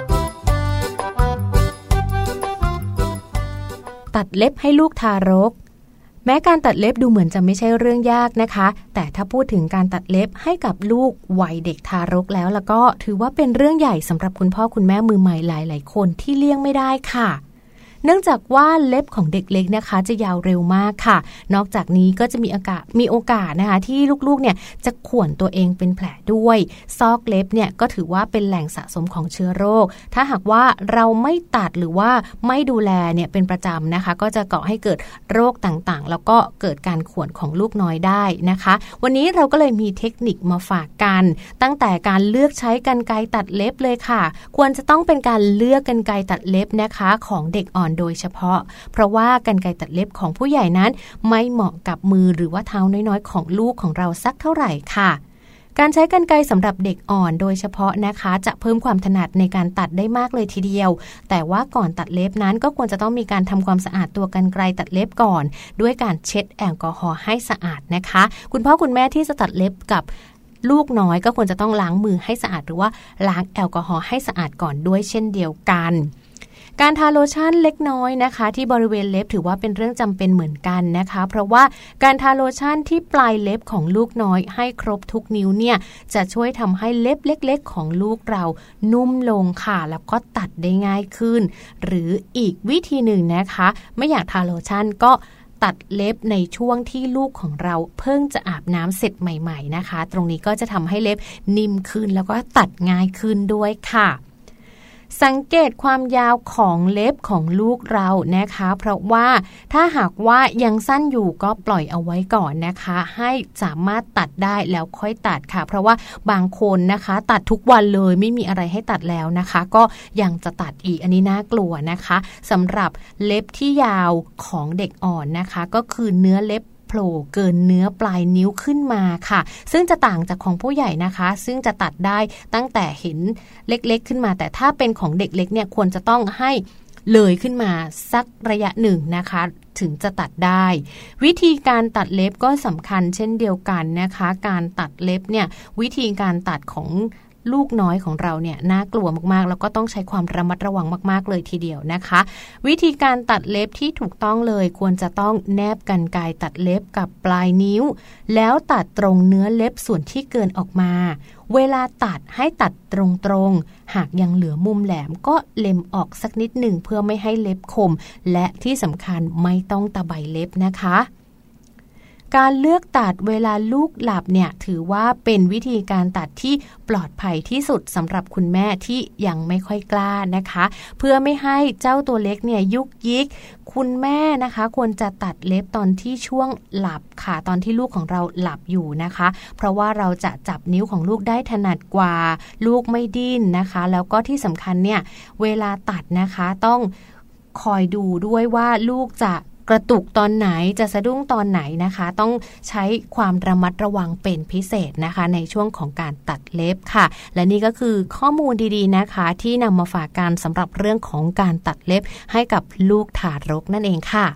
ตัดเล็บให้ลูกทารกแม้การตัดเล็บดูเหมือนจะไม่ใช่เรื่องยากนะคะแต่ถ้าพูดถึงการตัดเล็บให้กับลูกวัยเด็กทารกแล้วแล้วก็ถือว่าเป็นเรื่องใหญ่สำหรับคุณพ่อคุณแม่มือใหม่หลายๆคนที่เลี่ยงไม่ได้ค่ะเนื่องจากว่าเล็บของเด็กเล็กนะคะจะยาวเร็วมากค่ะนอกจากนี้ก็จะมีโอกาสมีโอกาสนะคะที่ลูกๆเนี่ยจะข่วนตัวเองเป็นแผลด้วยซอกเล็บเนี่ยก็ถือว่าเป็นแหล่งสะสมของเชื้อโรคถ้าหากว่าเราไม่ตัดหรือว่าไม่ดูแลเนี่ยเป็นประจำนะคะก็จะก่อให้เกิดโรคต่างๆแล้วก็เกิดการข่วนของลูกน้อยได้นะคะวันนี้เราก็เลยมีเทคนิคมาฝากกันตั้งแต่การเลือกใช้กรรไกรตัดเล็บเลยค่ะควรจะต้องเป็นการเลือกกรรไกรตัดเล็บนะคะของเด็กอ่อนโดยเฉพาะเพราะว่ากรรไกรตัดเล็บของผู้ใหญ่นั้นไม่เหมาะกับมือหรือว่าเท้าน้อยๆของลูกของเราสักเท่าไหร่ค่ะการใช้กรรไกรสำหรับเด็กอ่อนโดยเฉพาะนะคะจะเพิ่มความถนัดในการตัดได้มากเลยทีเดียวแต่ว่าก่อนตัดเล็บนั้นก็ควรจะต้องมีการทำความสะอาดตัวกรรไกรตัดเล็บก่อนด้วยการเช็ดแอลกอฮอล์ให้สะอาดนะคะคุณพ่อคุณแม่ที่จะตัดเล็บกับลูกน้อยก็ควรจะต้องล้างมือให้สะอาดหรือว่าล้างแอลกอฮอล์ให้สะอาดก่อนด้วยเช่นเดียวกันการทาโลชั่นเล็กน้อยนะคะที่บริเวณเล็บถือว่าเป็นเรื่องจำเป็นเหมือนกันนะคะเพราะว่าการทาโลชั่นที่ปลายเล็บของลูกน้อยให้ครบทุกนิ้วเนี่ยจะช่วยทำให้เล็บเล็กๆของลูกเรานุ่มลงค่ะแล้วก็ตัดได้ง่ายขึ้นหรืออีกวิธีหนึ่งนะคะไม่อยากทาโลชั่นก็ตัดเล็บในช่วงที่ลูกของเราเพิ่งจะอาบน้ำเสร็จใหม่ๆนะคะตรงนี้ก็จะทำให้เล็บนิ่มขึ้นแล้วก็ตัดง่ายขึ้นด้วยค่ะสังเกตความยาวของเล็บของลูกเรานะคะเพราะว่าถ้าหากว่ายังสั้นอยู่ก็ปล่อยเอาไว้ก่อนนะคะให้สามารถตัดได้แล้วค่อยตัดค่ะเพราะว่าบางคนนะคะตัดทุกวันเลยไม่มีอะไรให้ตัดแล้วนะคะก็ยังจะตัดอีกอันนี้น่ากลัวนะคะสำหรับเล็บที่ยาวของเด็กอ่อนนะคะก็คือเนื้อเล็บโผล่เกินเนื้อปลายนิ้วขึ้นมาค่ะซึ่งจะต่างจากของผู้ใหญ่นะคะซึ่งจะตัดได้ตั้งแต่เห็นเล็กๆขึ้นมาแต่ถ้าเป็นของเด็กเล็กเนี่ยควรจะต้องให้เลยขึ้นมาสักระยะหนึ่งนะคะถึงจะตัดได้วิธีการตัดเล็บก็สำคัญเช่นเดียวกันนะคะการตัดเล็บเนี่ยวิธีการตัดของลูกน้อยของเราเนี่ยน่ากลัวมากๆแล้วก็ต้องใช้ความระมัดระวังมากๆเลยทีเดียวนะคะวิธีการตัดเล็บที่ถูกต้องเลยควรจะต้องแนบกรรไกรตัดเล็บกับปลายนิ้วแล้วตัดตรงเนื้อเล็บส่วนที่เกินออกมาเวลาตัดให้ตัดตรงๆหากยังเหลือมุมแหลมก็เล็มออกสักนิดหนึ่งเพื่อไม่ให้เล็บคมและที่สำคัญไม่ต้องตะไบเล็บนะคะการเลือกตัดเวลาลูกหลับเนี่ยถือว่าเป็นวิธีการตัดที่ปลอดภัยที่สุดสำหรับคุณแม่ที่ยังไม่ค่อยกล้านะคะเพื่อไม่ให้เจ้าตัวเล็กเนี่ยยุกยิกคุณแม่นะคะควรจะตัดเล็บตอนที่ช่วงหลับค่ะตอนที่ลูกของเราหลับอยู่นะคะเพราะว่าเราจะจับนิ้วของลูกได้ถนัดกว่าลูกไม่ดิ้นนะคะแล้วก็ที่สำคัญเนี่ยเวลาตัดนะคะต้องคอยดูด้วยว่าลูกจะกระตุกตอนไหนจะสะดุ้งตอนไหนนะคะต้องใช้ความระมัดระวังเป็นพิเศษนะคะในช่วงของการตัดเล็บค่ะและนี่ก็คือข้อมูลดีๆนะคะที่นำมาฝากกันสำหรับเรื่องของการตัดเล็บให้กับลูกทารกนั่นเองค่ะ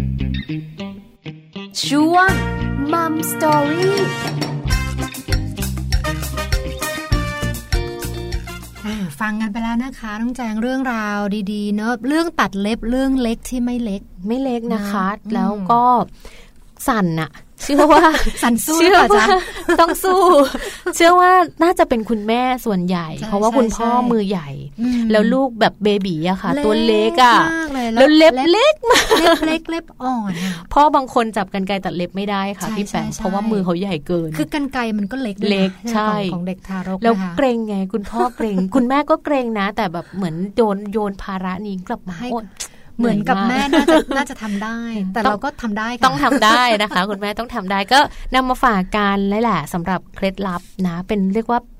ช่วง Mum Story ฟังกันไปแล้วนะคะน้องแจงเรื่องราวดีๆเนอะเรื่องตัดเล็บเรื่องเล็กที่ไม่เล็กไม่เล็กนะคะแล้วก็สั่นอะเชื่อว่าสั่นสู้เชื่อว่าต้องสู้เชื่อว่าน่าจะเป็นคุณแม่ส่วนใหญ่เพราะว่าคุณพ่อมือใหญ่แล้วลูกแบบเบบีอะค่ะตัวเล็กอะแล้วเล็บเล็กมากเล็บเล็กเล็บอ่อนพ่อบางคนจับกรรไกรตัดเล็บไม่ได้ค่ะพี่แปมเพราะว่ามือเขาใหญ่เกินคือกรรไกรมันก็เล็กเล็กใช่ของเด็กทารกแล้วเกรงไงคุณพ่อเกรงคุณแม่ก็เกรงนะแต่แบบเหมือนโยนโยนภาระนี้กลับมาให้เหมือนกับแม่น่าจะน่าจะทำได้แต่เราก็ทำได้ต้องทำได้นะคะคุณแม่ต้องทำได้ก็นำมาฝากกันเลยแหละสำหรับเคล็ดลับนะเป็นเรียกว่า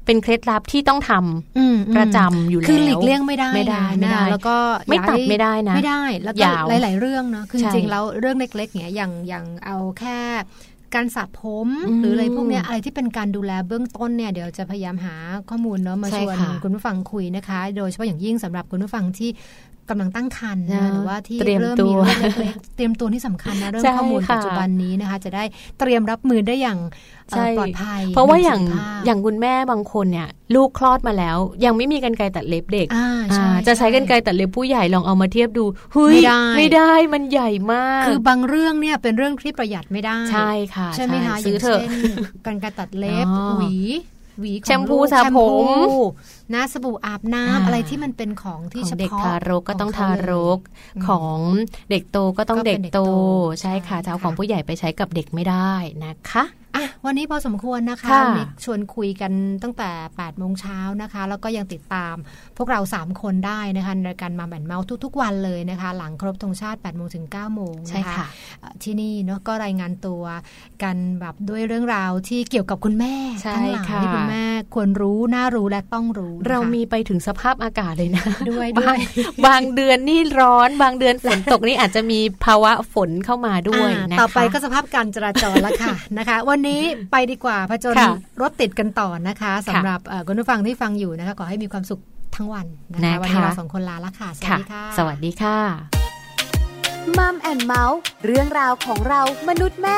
เป็นเคล็ดลับที่ต้องทำประจำอยู่แล้วคือหลีกเลี่ยงไม่ได้ไม่ได้ไม่ได้แล้วก็ไม่ตัดไม่ได้นะไม่ได้แล้วก็หลายๆเรื่องเนาะคือจริงๆแล้วเรื่องเล็กๆเนี้ยอย่างอย่างเอาแค่การสระผมหรืออะไรพวกเนี้ยอะไรที่เป็นการดูแลเบื้องต้นเนี่ยเดี๋ยวจะพยายามหาข้อมูลเนาะมาชวนคุณผู้ฟังคุยนะคะโดยเฉพาะอย่างยิ่งสำหรับคุณผู้ฟังที่กำลังตั้งครรภ์นะหรือว่าที่เริ่มมีเรื่องเล็กๆเตรียมตัวที่สำคัญนะเรื่องข้อมูลปัจจุบันนี้นะคะจะได้เตรียมรับมือได้อย่างปลอดภัยเพราะว่าอย่างอย่างคุณแม่บางคนเนี่ยลูกคลอดมาแล้วยังไม่มีกรรไกรตัดเล็บเด็กจะใช้กรรไกรตัดเล็บผู้ใหญ่ลองเอามาเทียบดูเฮ้ยไม่ได้มันใหญ่มากคือบางเรื่องเนี่ยเป็นเรื่องที่ประหยัดไม่ได้ใช่ค่ะใช่ไหมคะซื้อเถอะกรรไกรตัดเล็บหวีหวีแชมพูสระผมนะสบู่อาบน้ำอะไรที่มันเป็นของที่เฉพาะเด็กทารกก็ต้องทารกของเด็กโตก็ต้องเด็กโตใช่ค่ะจะเอาของผู้ใหญ่ไปใช้กับเด็กไม่ได้นะคะอ่ะวันนี้พอสมควรนะคะมิกชวนคุยกันตั้งแต่แปดโมงเช้านะคะแล้วก็ยังติดตามพวกเราสามคนได้นะคะในการมาแบ่นเมาส์ทุกๆวันเลยนะคะหลังครบธงชาติแปดโมงถึงเก้าโมงนะคะที่นี่เนาะก็รายงานตัวกันแบบด้วยเรื่องราวที่เกี่ยวกับคุณแม่ทั้งหลายที่คุณแม่ควรรู้น่ารู้และต้องรู้เรามีไปถึงสภาพอากาศเลยนะด้วยด้วยบางเดือนนี่ร้อนบางเดือนฝนตกนี่อาจจะมีภาวะฝนเข้ามาด้วยนะคะต่อไปก็สภาพการจราจรแล้วค่ะนะคะวันนี้ไปดีกว่าผจญรถติดกันต่อนะคะสำหรับคุณผู้ฟังที่ฟังอยู่นะคะขอให้มีความสุขทั้งวันนะคะวันนี้เราสองคนลาละค่ะสวัสดีค่ะสวัสดีค่ะมัมแอนด์เมาส์เรื่องราวของเรามนุษย์แม่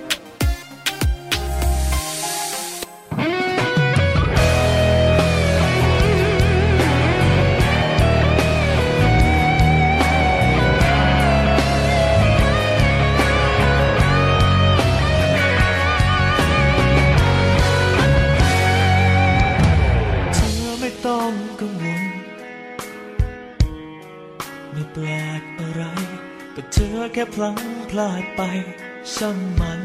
ต้องกังวลไม่แปลกอะไรก็เธอแค่พลั้งพลาดไปช่างมัน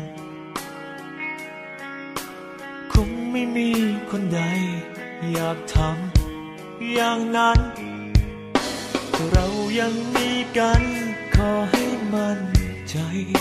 คงไม่มีคนใดอยากทำอย่างนั้นแต่เรายังมีกันขอให้มั่นใจ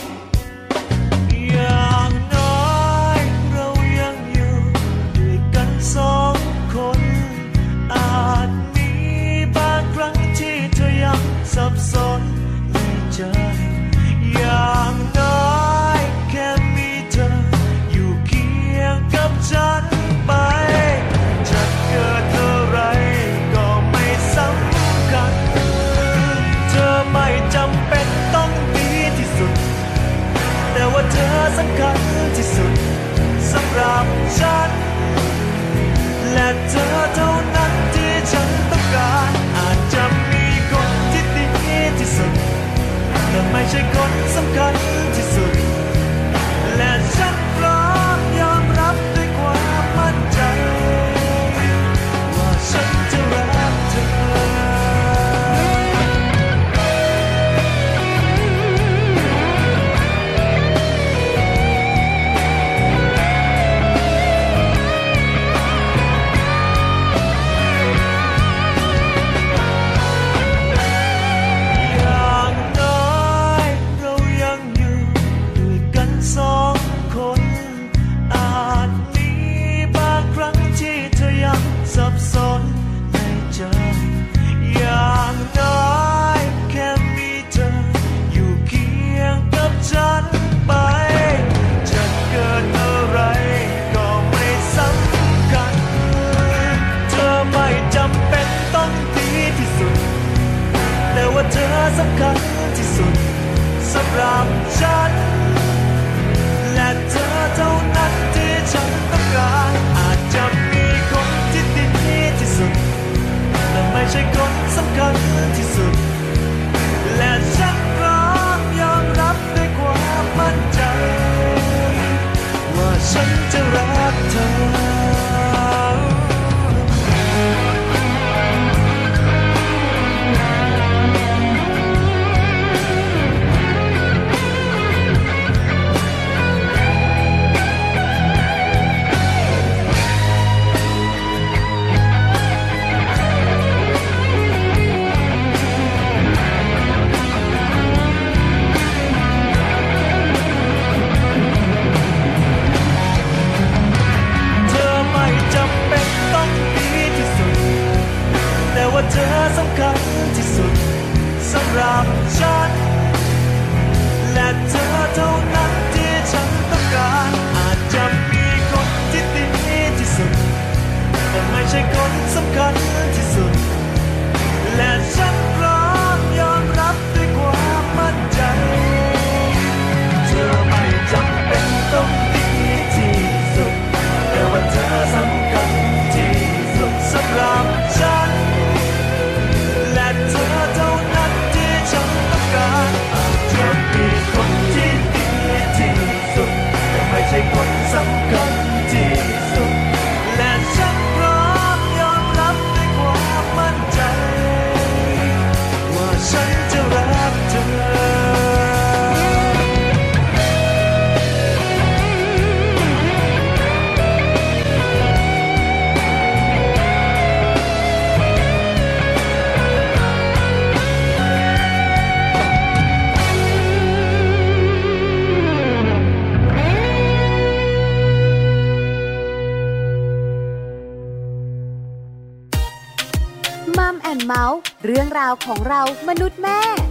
อย่างน้อยเรายังอยู่ด้วยกันสองคนอาจมีบางครั้งที่เธอยังสับสนในใจอย่างน้อยแค่มีเธออยู่เคียงกับฉันไปจะเกิดอะไรก็ไม่สำคัญเธอไม่จำเป็นต้องดีที่สุดแต่ว่าเธอสำคัญที่สุดสำหรับฉันและเธอเท่านั้นที่ฉันต้องการอาจจะมีคนที่ดีที่สุดแต่ไม่ใช่คนสำคัญที่สุดและฉันพร้อมยอมรับด้วยความมั่นใจว่าฉันจะรักเธอสับสนในใจอย่างน้อยแค่มีเธออยู่เคียงกับฉันไปจะเกิดอะไรก็ไม่สำคัญเธอไม่จำเป็นต้องดีที่สุดแต่ว่าเธอสำคัญที่สุดสำหรับฉันและเธอเท่านั้นที่ฉันต้องการอาจจะมีคนที่ดีที่สุดแต่ไม่ใช่คนสำคัญที่สุดและฉันพร้อมยอมรับด้วยความมั่นใจว่าฉันจะรักเธอเธอสำคัญที่สุดสำหรับฉันและเธอเท่านั้นที่ฉันต้องการอาจจะมีคนที่ดีที่สุดแต่ไม่ใช่คนสำคัญที่สุดและฉันพร้อมยอมรับด้วยความมั่นใจเธอไม่จำเป็นต้องดีที่สุดแต่ว่าเธอสำคัญที่สุดสำหรับฉันและเธอเท่านั้นที่ฉันต้องการอาจจะมีคนที่ดีที่สุดแต่ไม่ใช่คนสำคัญที่สุดและฉันพร้อมยอมรับด้วยความมั่นใจว่าฉันจะรักเธอมัมแอนด์เมาส์เรื่องราวของเรามนุษย์แม่